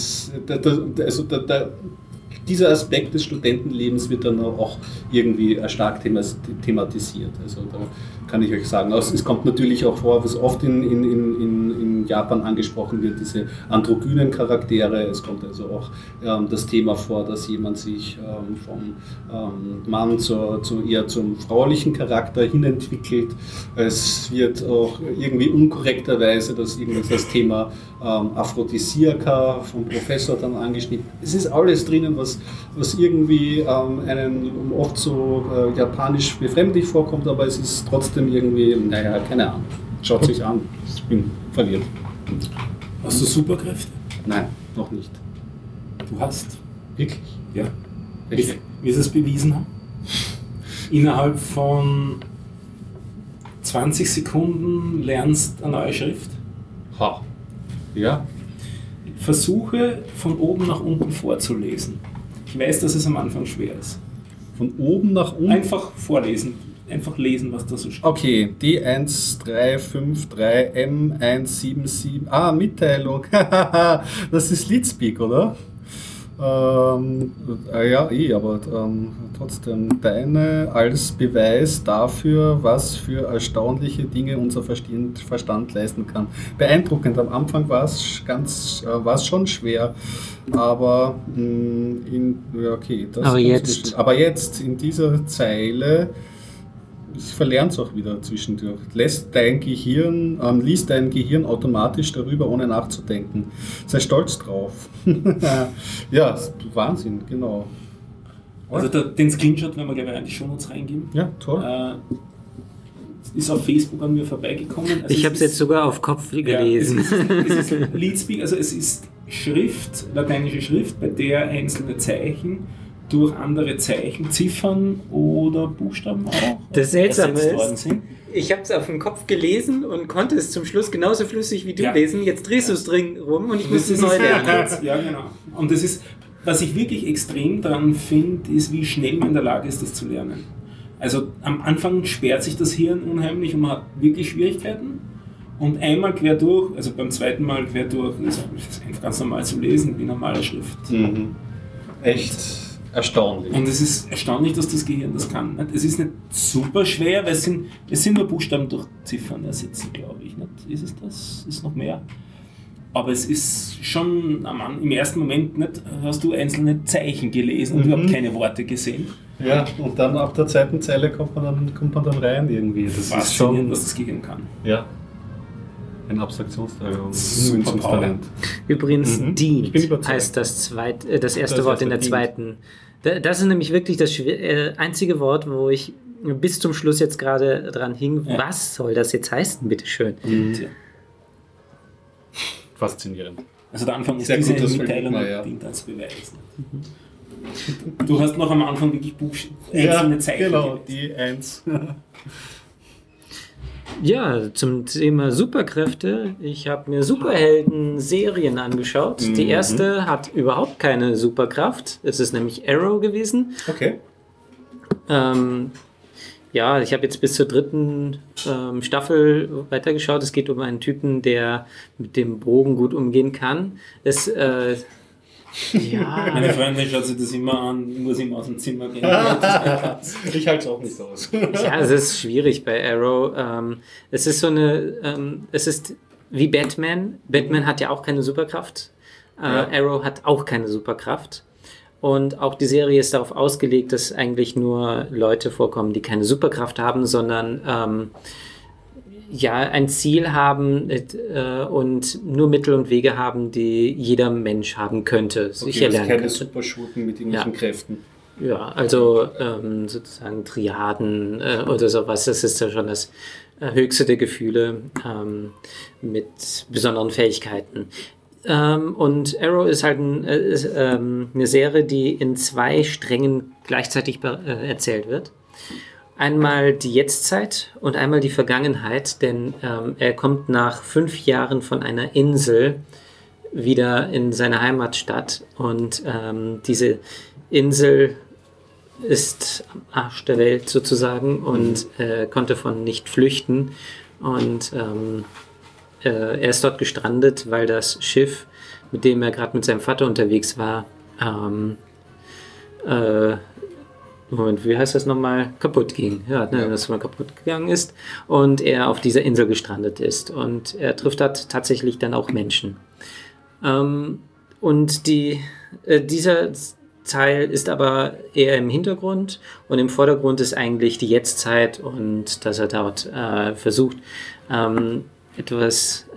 dieser Aspekt des Studentenlebens wird dann auch irgendwie stark thematisiert. Also da kann ich euch sagen, es kommt natürlich auch vor, was oft in Japan angesprochen wird, diese androgynen Charaktere. Es kommt also auch das Thema vor, dass jemand sich vom Mann eher zum fraulichen Charakter hinentwickelt. Es wird auch irgendwie unkorrekterweise das Thema Aphrodisiaka vom Professor dann angeschnitten. Es ist alles drinnen, was irgendwie einen oft so japanisch befremdlich vorkommt, aber es ist trotzdem irgendwie, keine Ahnung. Schaut sich an. Ich bin verwirrt. Hast du Superkräfte? Nein, noch nicht. Du hast? Wirklich? Ja. Echt? Wie sie es bewiesen haben. Innerhalb von 20 Sekunden lernst eine neue Schrift. Ha. Ja. Versuche von oben nach unten vorzulesen. Ich weiß, dass es am Anfang schwer ist. Von oben nach unten? Einfach vorlesen. Einfach lesen, was da so steht. Okay, D1353 M177. Ah, Mitteilung. Das ist Leadspeak, oder? Ja, aber trotzdem deine als Beweis dafür, was für erstaunliche Dinge unser Verstand leisten kann. Beeindruckend. Am Anfang war es schon schwer, aber okay. Aber jetzt in dieser Zeile verlernt es auch wieder zwischendurch. Liest dein Gehirn automatisch darüber, ohne nachzudenken. Sei stolz drauf. Ja, Wahnsinn, genau. Also den Screenshot werden wir gleich in die Shownotes reingeben. Ja, toll. Ist auf Facebook an mir vorbeigekommen. Also ich habe es jetzt sogar auf Kopf gelesen. Es ist Leadspeak, also es ist Schrift, lateinische Schrift, bei der einzelne Zeichen durch andere Zeichen, Ziffern oder Buchstaben auch das Seltsame worden sind. Ich habe es auf dem Kopf gelesen und konnte es zum Schluss genauso flüssig wie du lesen. Jetzt drehst du es drin rum und ich muss es neu lernen. Ja, genau. Und das ist, was ich wirklich extrem daran finde, ist, wie schnell man in der Lage ist, das zu lernen. Also am Anfang sperrt sich das Hirn unheimlich und man hat wirklich Schwierigkeiten. Und einmal quer durch, also beim zweiten Mal quer durch, ist es einfach ganz normal zu lesen, wie normale Schrift. Mhm. Echt erstaunlich. Und es ist erstaunlich, dass das Gehirn das kann. Es ist nicht super schwer, weil es sind nur Buchstaben durch Ziffern ersetzen, glaube ich. Nicht? Ist es das? Ist noch mehr? Aber es ist schon im ersten Moment nicht, hast du einzelne Zeichen gelesen und überhaupt keine Worte gesehen. Ja, und dann ab der zweiten Zeile kommt man dann rein irgendwie. Das ist schon, was das Gehirn kann. Ja. Ein Abstraktionstalent. Übrigens, Dean heißt das erste Wort in der zweiten. Das ist nämlich wirklich das einzige Wort, wo ich bis zum Schluss jetzt gerade dran hing. Ja. Was soll das jetzt heißen, bitteschön? Faszinierend. Also der Anfang ist diese Mitteilung dient als Beweis. Du hast noch am Anfang wirklich einzelne Zeichen. Genau, die 1. Ja, zum Thema Superkräfte. Ich habe mir Superhelden-Serien angeschaut. Die erste hat überhaupt keine Superkraft. Es ist nämlich Arrow gewesen. Okay. Ja, ich habe jetzt bis zur 3. Staffel weitergeschaut. Es geht um einen Typen, der mit dem Bogen gut umgehen kann. Ja. Meine Freundin schaut sich das immer an, ich muss immer aus dem Zimmer gehen. Ich halte es auch nicht aus. Ja, es ist schwierig bei Arrow. Es ist es ist wie Batman. Batman hat ja auch keine Superkraft. Arrow hat auch keine Superkraft. Und auch die Serie ist darauf ausgelegt, dass eigentlich nur Leute vorkommen, die keine Superkraft haben, sondern ein Ziel haben und nur Mittel und Wege haben, die jeder Mensch haben könnte, sich erlernen keine könnte. Superschurken mit irgendwelchen Kräften. Ja, also sozusagen Triaden oder sowas, das ist ja schon das höchste der Gefühle mit besonderen Fähigkeiten. Und Arrow ist halt eine Serie, die in 2 Strängen gleichzeitig erzählt wird. Einmal die Jetztzeit und einmal die Vergangenheit, denn er kommt nach 5 Jahren von einer Insel wieder in seine Heimatstadt und diese Insel ist am Arsch der Welt sozusagen und konnte von nicht flüchten und er ist dort gestrandet, weil das Schiff, mit dem er gerade mit seinem Vater unterwegs war, Moment, wie heißt das nochmal? Kaputt ging. Ja, dass man kaputt gegangen ist und er auf dieser Insel gestrandet ist. Und er trifft dort tatsächlich dann auch Menschen. Und dieser Teil ist aber eher im Hintergrund und im Vordergrund ist eigentlich die Jetztzeit und dass er dort versucht, etwas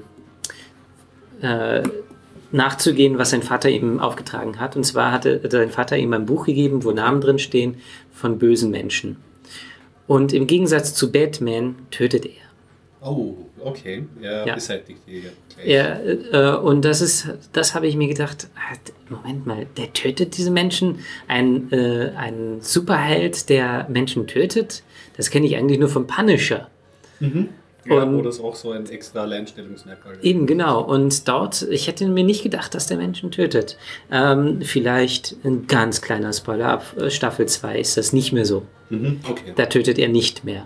nachzugehen, was sein Vater ihm aufgetragen hat. Und zwar hatte sein Vater ihm ein Buch gegeben, wo Namen drin stehen von bösen Menschen. Und im Gegensatz zu Batman tötet er. Oh, okay. Er Ja. beseitigt die gleich. Und das habe ich mir gedacht, Moment mal, der tötet diese Menschen? Ein Superheld, der Menschen tötet? Das kenne ich eigentlich nur vom Punisher. Ja, Und- wo das auch so ein extra Alleinstellungsmerkmal ist. Eben, genau. Und dort, ich hätte mir nicht gedacht, dass der Menschen tötet. Vielleicht ein ganz kleiner Spoiler, ab Staffel 2 ist das nicht mehr so. Okay. Da tötet er nicht mehr.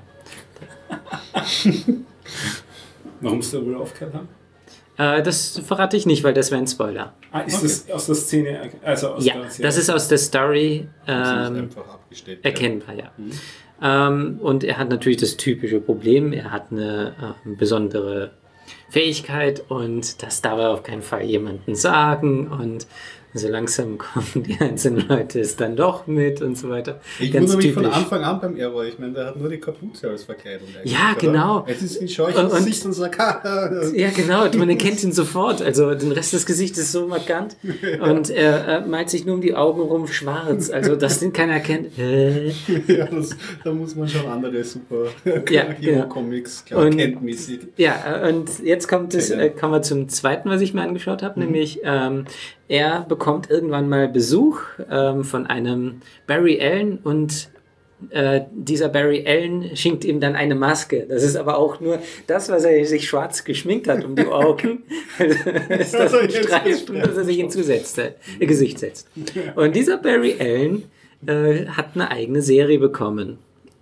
Warum es da wohl aufgehört haben? Das verrate ich nicht, weil das wäre ein Spoiler. Ist das aus der Szene, also aus Ja, der Serie? das ist aus der Story Das ist einfach abgestellt. erkennbar, ja. Und er hat natürlich das typische Problem, er hat eine besondere Fähigkeit und das darf er auf keinen Fall jemandem sagen und so langsam kommen die einzelnen Leute es dann doch mit und so weiter. Ich Ganz wundere mich von typisch. Anfang an beim Error. Ich meine, der hat nur die Kapuze als Verkleidung eigentlich. Ja, oder? genau. Jetzt ist ich schaue ich ins Und- Gesicht und sage, Ja, genau, man erkennt ihn sofort. Also den Rest des Gesichts ist so markant. Und er malt sich nur um die Augen rum schwarz. Also dass den keiner erkennt. ja, da muss man schon andere super Ja, Hero-Comics, Und- Kent-mäßig. Ja, und jetzt kommen wir zum zweiten, was ich mir angeschaut habe, nämlich er bekommt irgendwann mal Besuch von einem Barry Allen und dieser Barry Allen schenkt ihm dann eine Maske. Das ist aber auch nur das, was er sich schwarz geschminkt hat um die Augen. ist das ein Streifen, das er sich ins Gesicht setzt. Und dieser Barry Allen hat eine eigene Serie bekommen.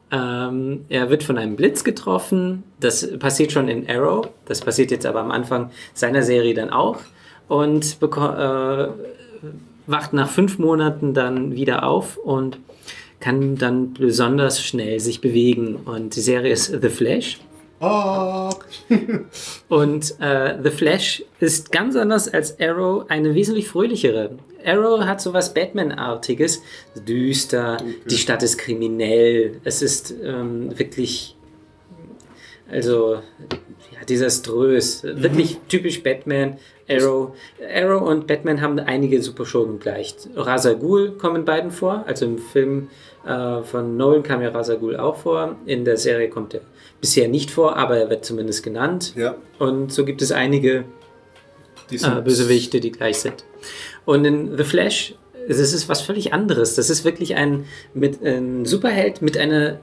Er wird von einem Blitz getroffen. Das passiert schon in Arrow. Das passiert jetzt aber am Anfang seiner Serie dann auch. Und wacht nach 5 Monaten dann wieder auf und kann dann besonders schnell sich bewegen. Und die Serie ist The Flash. Oh. Und The Flash ist ganz anders als Arrow eine wesentlich fröhlichere. Arrow hat sowas Batman-artiges, düster, die Stadt ist kriminell, es ist wirklich, also ja, desaströs, wirklich typisch Batman. Arrow und Batman haben einige Superschurken gleich. Ra's al Ghul kommen in beiden vor, also im Film von Nolan kam ja Ra's al Ghul auch vor, in der Serie kommt er bisher nicht vor, aber er wird zumindest genannt. Ja. Und so gibt es einige Bösewichte, die gleich sind. Und in The Flash, das ist was völlig anderes. Das ist wirklich ein Superheld mit einer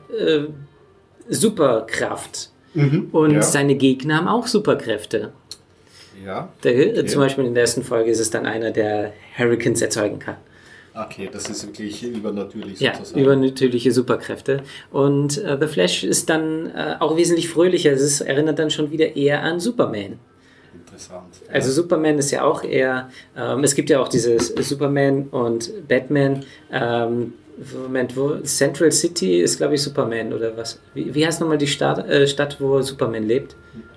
Superkraft. Und ja. seine Gegner haben auch Superkräfte. Ja. Zum Beispiel in der ersten Folge ist es dann einer, der Hurricanes erzeugen kann. Okay, das ist wirklich übernatürlich Ja, sozusagen. übernatürliche Superkräfte. Und The Flash ist dann auch wesentlich fröhlicher. Es erinnert dann schon wieder eher an Superman. Interessant. Also Superman ist ja auch eher, es gibt ja auch dieses Superman und Batman. Moment, Central City ist, glaube ich, Superman oder was? Wie heißt nochmal die Stadt, wo Superman lebt?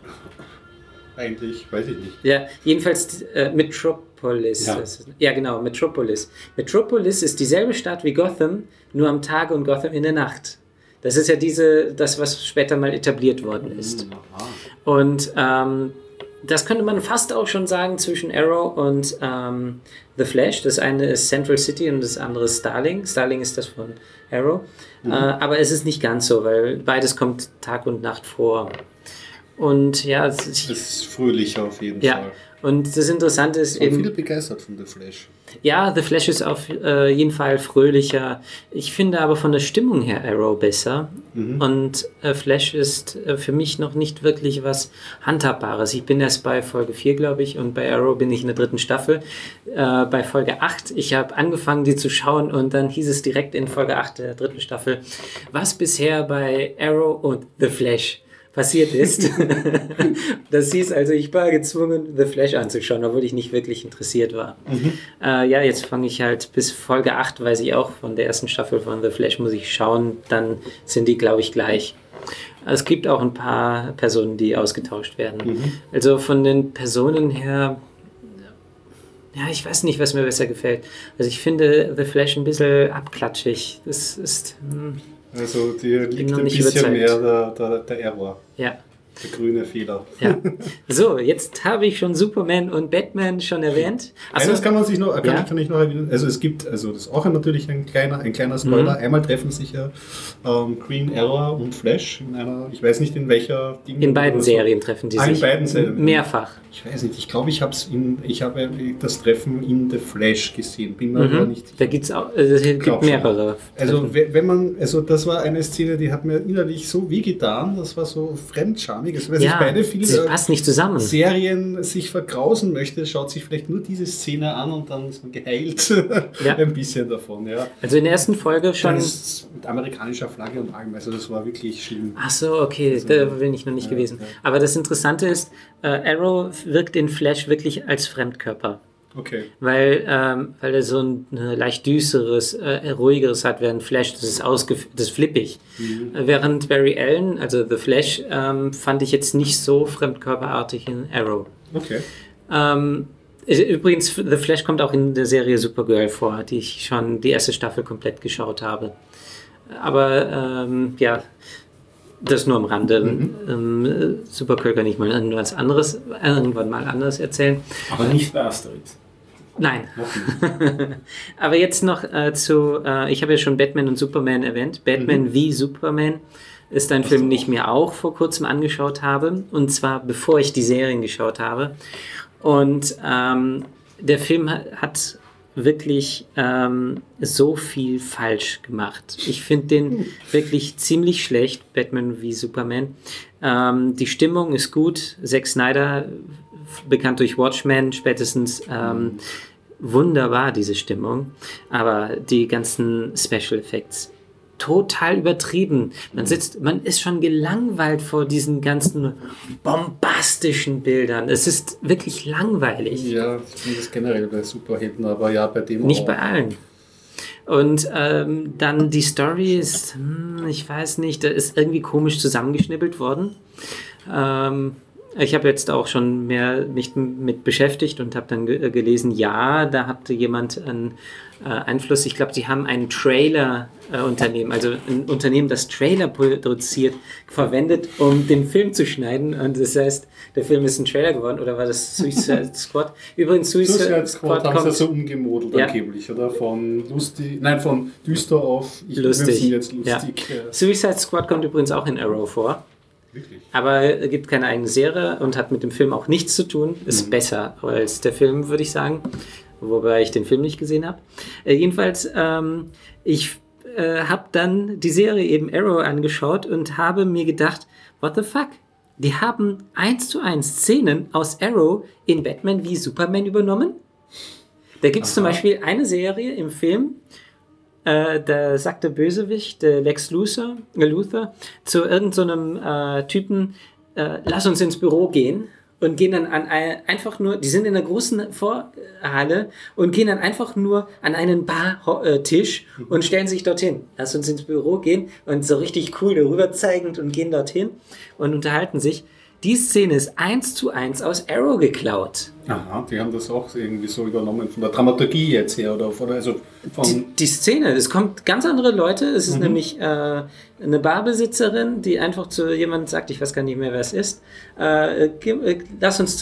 Eigentlich, weiß ich nicht. Ja, jedenfalls Metropolis. Ja. Ja, genau, Metropolis. Metropolis ist dieselbe Stadt wie Gotham, nur am Tage und Gotham in der Nacht. Das ist ja das, was später mal etabliert worden ist. Aha. Und das könnte man fast auch schon sagen zwischen Arrow und The Flash. Das eine ist Central City und das andere ist Starling. Starling ist das von Arrow. Aber es ist nicht ganz so, weil beides kommt Tag und Nacht vor. Und ja, Das ist fröhlicher auf jeden ja. Fall. Und das Interessante ist Sind viele eben, begeistert von The Flash. ja, The Flash ist auf jeden Fall fröhlicher. Ich finde aber von der Stimmung her Arrow besser. Und Flash ist für mich noch nicht wirklich was Handhabbares. Ich bin erst bei Folge 4, glaube ich, und bei Arrow bin ich in der 3. Staffel. Bei Folge 8, ich habe angefangen, die zu schauen und dann hieß es direkt in Folge 8 der 3. Staffel, was bisher bei Arrow und The Flash passiert ist. Das hieß also, ich war gezwungen, The Flash anzuschauen, obwohl ich nicht wirklich interessiert war. Ja, jetzt fange ich halt bis Folge 8, weiß ich auch, von der ersten Staffel von The Flash muss ich schauen, dann sind die, glaube ich, gleich. Es gibt auch ein paar Personen, die ausgetauscht werden. Also von den Personen her, ja, ich weiß nicht, was mir besser gefällt. Also ich finde The Flash ein bisschen abklatschig. Das ist... Also dir liegt noch ein nicht bisschen überzeugt. mehr der Error. Ja, Der grüne Fehler. Ja. So, jetzt habe ich schon Superman und Batman schon erwähnt. Eines kann ich noch erwähnen. Also es gibt, das ist auch natürlich ein kleiner Spoiler. Einmal treffen sich ja Green Arrow und Flash in einer, ich weiß nicht in welcher Ding. In beiden Serien treffen die sich. In beiden Serien. Mehrfach. Ich weiß nicht, ich glaube, ich habe das Treffen in The Flash gesehen. Bin mir aber nicht sicher. Da gibt's auch, es gibt mehrere. Also das war eine Szene, die hat mir innerlich so wehgetan, das war so fremdschamig. Also, weil sich beide das passt nicht zusammen. Serien sich vergrausen möchte, schaut sich vielleicht nur diese Szene an und dann ist man geheilt. Ein bisschen davon, ja. Also in der ersten Folge schon... Mit amerikanischer Flagge und allem, also das war wirklich schlimm. Ach so, okay, also, da bin ich noch nicht gewesen. Ja. Aber das Interessante ist, Arrow wirkt in Flash wirklich als Fremdkörper. Okay. Weil er so ein leicht düsteres, ruhigeres hat, während Flash, das ist flippig. Während Barry Allen, also The Flash, fand ich jetzt nicht so fremdkörperartig in Arrow. Okay. Übrigens, The Flash kommt auch in der Serie Supergirl vor, die ich schon die erste Staffel komplett geschaut habe. Aber das nur am Rande. Supergirl kann ich mal irgendwann mal anders erzählen. Aber nicht bei Asterix. Nein. Aber jetzt noch ich habe ja schon Batman und Superman erwähnt. Batman wie Superman ist ein Film, den ich mir auch vor kurzem angeschaut habe. Und zwar bevor ich die Serien geschaut habe. Und der Film hat wirklich so viel falsch gemacht. Ich finde den wirklich ziemlich schlecht, Batman wie Superman. Die Stimmung ist gut. Zack Snyder, bekannt durch Watchmen, spätestens wunderbar, diese Stimmung. Aber die ganzen Special Effects total übertrieben. Man ist schon gelangweilt vor diesen ganzen bombastischen Bildern. Es ist wirklich langweilig. Ja, ich finde das generell bei Superhelden, aber ja, bei dem nicht auch. Bei allen. Und dann die Story ist, ich weiß nicht, da ist irgendwie komisch zusammengeschnippelt worden. Ich habe jetzt auch schon mehr mich mit beschäftigt und habe dann gelesen, da hatte jemand einen Einfluss. Ich glaube, sie haben ein Trailer-Unternehmen, also ein Unternehmen, das Trailer produziert, verwendet, um den Film zu schneiden. Und das heißt, der Film ist ein Trailer geworden. Oder war das Suicide Squad? Übrigens, Suicide Squad haben sie so umgemodelt angeblich, oder? Von düster auf lustig. Jetzt lustig. Ja. Suicide Squad kommt übrigens auch in Arrow vor. Wirklich? Aber es gibt keine eigene Serie und hat mit dem Film auch nichts zu tun. Ist besser als der Film, würde ich sagen. Wobei ich den Film nicht gesehen habe. Jedenfalls, ich habe dann die Serie eben Arrow angeschaut und habe mir gedacht, what the fuck? Die haben 1:1 Szenen aus Arrow in Batman wie Superman übernommen. Da gibt es zum Beispiel eine Serie im Film, da sagt der Bösewicht, der Lex Luthor, zu irgendeinem Typen, lass uns ins Büro gehen. Und gehen dann einfach nur, die sind in einer großen Vorhalle und gehen dann einfach nur an einen Bartisch und stellen sich dorthin. Lass uns ins Büro gehen und so richtig cool darüber zeigend und gehen dorthin und unterhalten sich. Die Szene ist 1:1 aus Arrow geklaut. Aha, die haben das auch irgendwie so übernommen von der Dramaturgie jetzt her oder also von die Szene, es kommt ganz andere Leute. Es ist nämlich eine Barbesitzerin, die einfach zu jemandem sagt, ich weiß gar nicht mehr, wer es ist, lass uns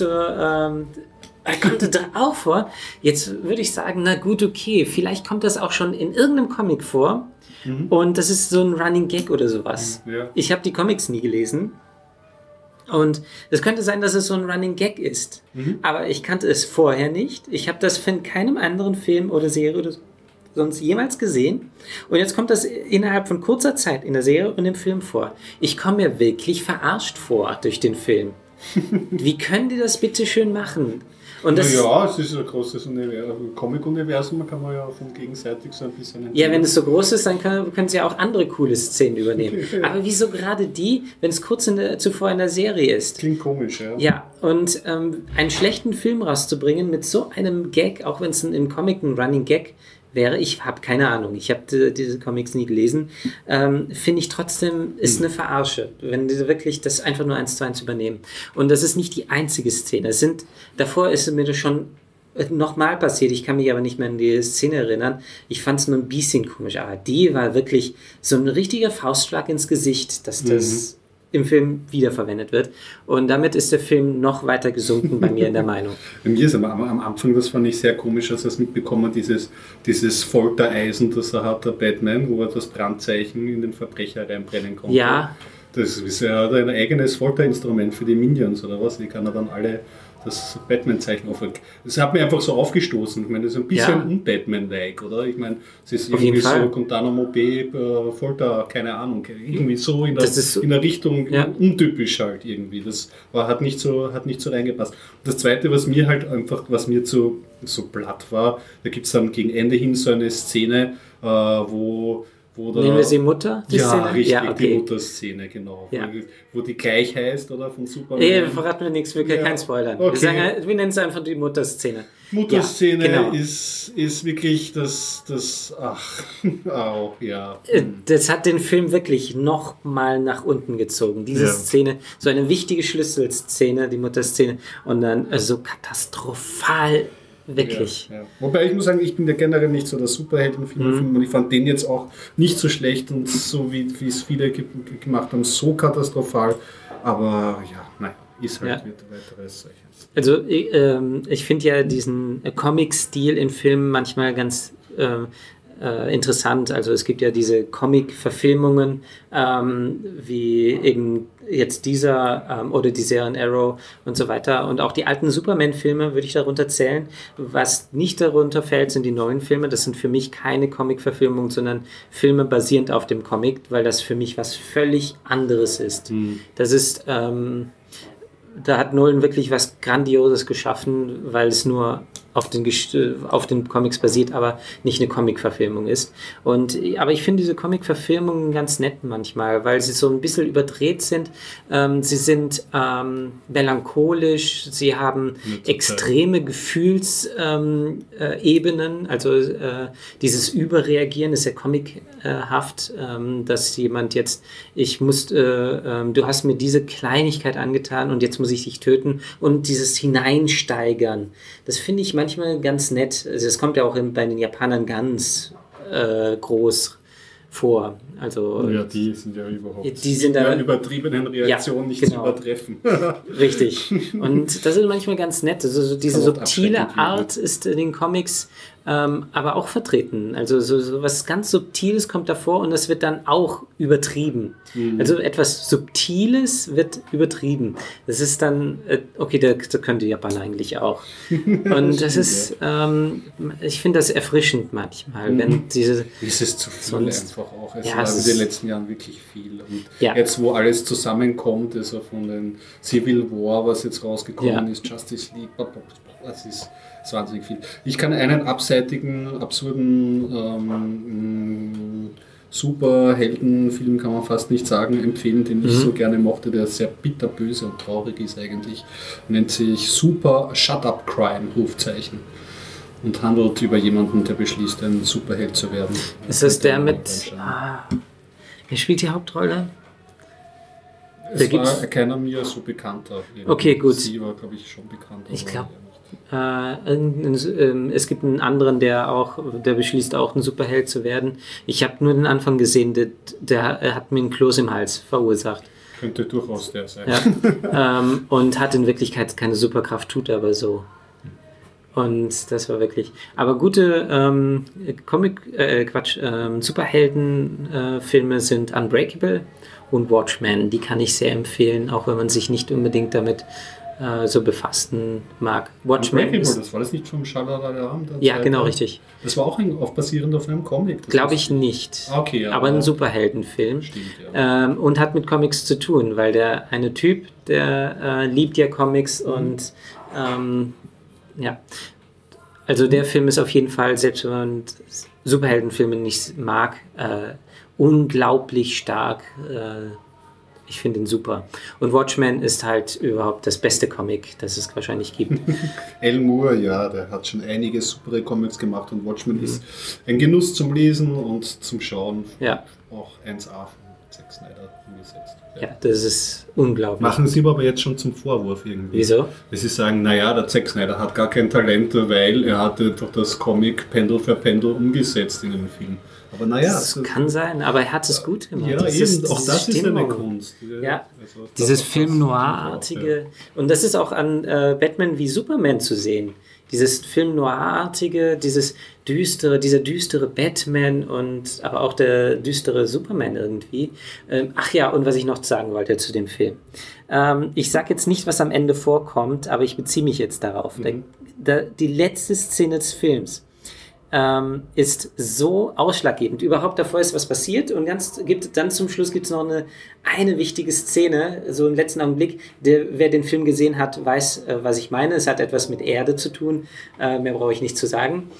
kommt da auch vor. Jetzt würde ich sagen, na gut, okay, vielleicht kommt das auch schon in irgendeinem Comic vor und das ist so ein Running Gag oder sowas. Ja. Ich habe die Comics nie gelesen. Und es könnte sein, dass es so ein Running Gag ist. Aber ich kannte es vorher nicht. Ich habe das von keinem anderen Film oder Serie oder sonst jemals gesehen. Und jetzt kommt das innerhalb von kurzer Zeit in der Serie und im Film vor. Ich komme mir wirklich verarscht vor durch den Film. Wie können die das bitte schön machen? Und das es ist ein großes Comic-Universum, kann man ja von gegenseitig so ein bisschen entdecken. Ja, wenn es so groß ist, dann können sie ja auch andere coole Szenen übernehmen. Aber wieso gerade die, wenn es kurz zuvor in der Serie ist? Klingt komisch, ja. Ja, und einen schlechten Film rauszubringen mit so einem Gag, auch wenn es im Comic ein Running Gag wäre, ich habe keine Ahnung, ich habe diese Comics nie gelesen, finde ich trotzdem, ist eine Verarsche, wenn die wirklich das einfach nur 1:1 übernehmen. Und das ist nicht die einzige Szene. Davor ist mir das schon nochmal passiert, ich kann mich aber nicht mehr an die Szene erinnern. Ich fand es nur ein bisschen komisch, aber die war wirklich so ein richtiger Faustschlag ins Gesicht, dass das im Film wiederverwendet wird. Und damit ist der Film noch weiter gesunken bei mir in der Meinung. Bei mir ist am Anfang, das fand ich sehr komisch, als er es mitbekommen, dieses Foltereisen, das er hat, der Batman, wo er das Brandzeichen in den Verbrecher reinbrennen konnte. Ja. Das ist ja ein eigenes Folterinstrument für die Minions oder was? Die kann er dann alle das Batman-Zeichen aufhören. Das hat mir einfach so aufgestoßen. Ich meine, das ist ein bisschen un-Batman-like, oder? Ich meine, es ist irgendwie so Guantanamo Bay, Folter, keine Ahnung, irgendwie so in der Richtung untypisch halt irgendwie. Das hat nicht so reingepasst. Und das Zweite, was mir so platt war, da gibt es dann gegen Ende hin so eine Szene, wo nehmen wir sie Mutter? Szene? Richtig, die Mutterszene, genau. Ja. Wo die gleich heißt, oder? Von Superman. Verraten wir nichts, wir können kein Spoilern. Okay. Wir nennen es einfach die Mutterszene. Mutterszene ist wirklich das Das hat den Film wirklich noch mal nach unten gezogen. Diese Szene, so eine wichtige Schlüsselszene, die Mutterszene, und dann so katastrophal. Wirklich. Ja. Wobei ich muss sagen, ich bin ja generell nicht so der Superheldenfilm und ich fand den jetzt auch nicht so schlecht und so wie es viele gemacht haben, so katastrophal. Aber ist halt weiteres solches. Also ich finde ja diesen Comic-Stil in Filmen manchmal ganz interessant. Also es gibt ja diese Comic-Verfilmungen, wie eben jetzt dieser oder die Serien Arrow und so weiter. Und auch die alten Superman-Filme würde ich darunter zählen. Was nicht darunter fällt, sind die neuen Filme. Das sind für mich keine Comic-Verfilmungen, sondern Filme basierend auf dem Comic, weil das für mich was völlig anderes ist. Das ist... da hat Nolan wirklich was Grandioses geschaffen, weil es nur auf den Comics basiert, aber nicht eine Comic-Verfilmung ist. Aber ich finde diese Comic-Verfilmungen ganz nett manchmal, weil sie so ein bisschen überdreht sind. Sie sind melancholisch, sie haben extreme Gefühlsebenen, also dieses Überreagieren ist ja comichaft, dass jemand jetzt, du hast mir diese Kleinigkeit angetan und jetzt muss ich dich töten, und dieses Hineinsteigern, das finde ich manchmal ganz nett. Also das kommt ja auch bei den Japanern ganz groß vor. Also, die sind ja überhaupt die sind da übertriebenen Reaktionen nicht zu übertreffen. Richtig. Und das ist manchmal ganz nett. Also so diese subtile Art ist in den Comics aber auch vertreten. Also so was ganz Subtiles kommt davor und das wird dann auch übertrieben. Also etwas Subtiles wird übertrieben. Das ist dann, da können die Japaner eigentlich auch. Und das ist, ich finde das erfrischend manchmal, wenn diese... Es ist zu viel einfach auch. Es war in den letzten Jahren wirklich viel. Und jetzt, wo alles zusammenkommt, also von den Civil War, was jetzt rausgekommen ist, Justice League, das ist wahnsinnig viel. Ich kann einen abseitigen, absurden Superheldenfilm, kann man fast nicht sagen, empfehlen, den ich so gerne mochte, der sehr bitterböse und traurig ist eigentlich. Nennt sich Super Shut-Up Crime, Rufzeichen. Und handelt über jemanden, der beschließt, ein Superheld zu werden. Ist das der mit... wer spielt die Hauptrolle? Es war keiner mir so bekannter. Okay, gut. Sie war, glaube ich, schon bekannter. Ich glaube... es gibt einen anderen, der beschließt auch ein Superheld zu werden. Ich habe nur den Anfang gesehen, der hat mir einen Kloß im Hals verursacht. Könnte durchaus der sein. Ja. Und hat in Wirklichkeit keine Superkraft, tut aber so. Und das war wirklich... Aber gute Superheldenfilme sind Unbreakable und Watchmen. Die kann ich sehr empfehlen, auch wenn man sich nicht unbedingt damit so befassen mag. Watchmen das war das nicht vom Shalalam? Ja, genau, richtig. Das war auch basierend auf einem Comic. Glaube ich nicht. Okay, aber ein Superheldenfilm. Stimmt, ja. Und hat mit Comics zu tun, weil der eine Typ, der liebt ja Comics und also der Film ist auf jeden Fall, selbst wenn man Superheldenfilme nicht mag, unglaublich stark. Ich finde ihn super. Und Watchmen ist halt überhaupt das beste Comic, das es wahrscheinlich gibt. Al Moore, der hat schon einige super Comics gemacht und Watchmen ist ein Genuss zum Lesen und zum Schauen. Ja. Auch 1A Zack Snyder umgesetzt. Ja, das ist unglaublich. Machen sie aber jetzt schon zum Vorwurf irgendwie. Wieso? Weil sie sagen, naja, der Zack Snyder hat gar kein Talent, weil er hatte doch das Comic Pendel für Pendel umgesetzt in den Film. Aber naja. Das kann sein, aber er hat es gut gemacht. Ja, das eben, ist, auch das ist eine Kunst. Ja, also, dieses Film-Noir-artige. Und das ist auch an Batman wie Superman zu sehen. Dieses Film-Noir-artige, dieser düstere Batman und aber auch der düstere Superman irgendwie. Ach ja, und was ich noch sagen wollte zu dem Film. Ich sage jetzt nicht, was am Ende vorkommt, aber ich beziehe mich jetzt darauf. Die letzte Szene des Films ist so ausschlaggebend. Überhaupt davor ist was passiert und dann zum Schluss gibt es noch eine wichtige Szene, so im letzten Augenblick. Wer den Film gesehen hat, weiß, was ich meine. Es hat etwas mit Erde zu tun. Mehr brauche ich nicht zu sagen.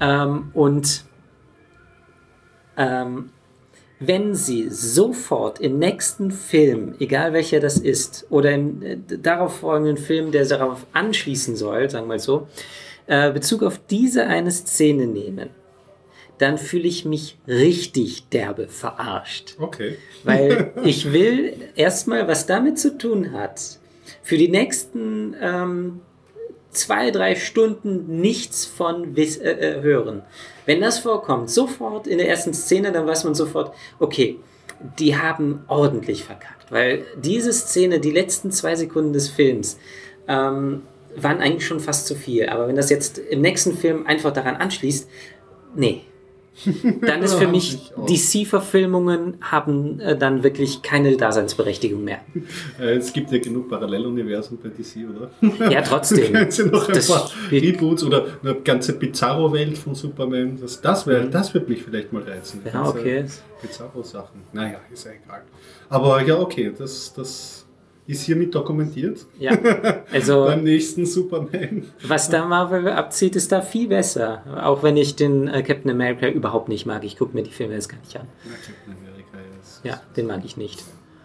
Wenn sie sofort im nächsten Film, egal welcher das ist, oder im darauf folgenden Film, der darauf anschließen soll, sagen wir mal so, Bezug auf diese eine Szene nehmen, dann fühle ich mich richtig derbe verarscht. Okay. Weil ich will erstmal, was damit zu tun hat, für die nächsten 2-3 Stunden nichts von hören. Wenn das vorkommt, sofort in der ersten Szene, dann weiß man sofort, okay, die haben ordentlich verkackt. Weil diese Szene, die letzten 2 Sekunden des Films, waren eigentlich schon fast zu viel. Aber wenn das jetzt im nächsten Film einfach daran anschließt, nee. Dann ist für mich, DC-Verfilmungen haben dann wirklich keine Daseinsberechtigung mehr. Es gibt ja genug Paralleluniversen bei DC, oder? Ja, trotzdem. Können Sie noch ein paar Reboots oder eine ganze Bizarro-Welt von Superman? Das wird mich vielleicht mal reizen. Ja, okay. Bizarro-Sachen. Naja, ist ja egal. Aber ja, okay, das ist hiermit dokumentiert. Ja, also beim nächsten Superman. Was da Marvel abzieht, ist da viel besser. Auch wenn ich den Captain America überhaupt nicht mag. Ich gucke mir die Filme jetzt gar nicht an. Ja, Captain America ist... Ja, den mag ich nicht.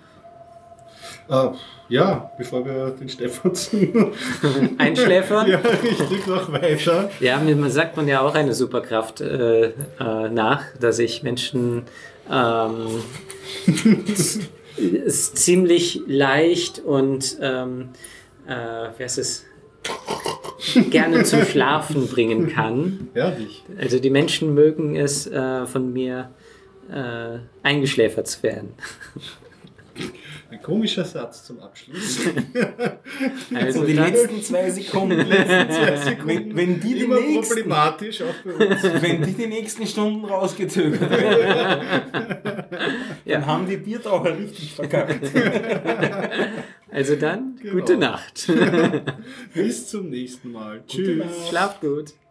Ja, bevor wir den Stefan einschläfern. Ja, richtig, noch weiter. Ja, mir sagt man ja auch eine Superkraft nach, dass ich Menschen ist ziemlich leicht und gerne zum Schlafen bringen kann. Ehrlich. Also die Menschen mögen es, von mir eingeschläfert zu werden. Ein komischer Satz zum Abschluss. Also die letzten 2 Sekunden. Wenn die immer problematisch auch bei uns. Wenn die nächsten Stunden rausgezögert werden, dann haben die Biertaucher richtig verkackt. Also dann, Gute Nacht. Bis zum nächsten Mal. Tschüss. Schlaft gut.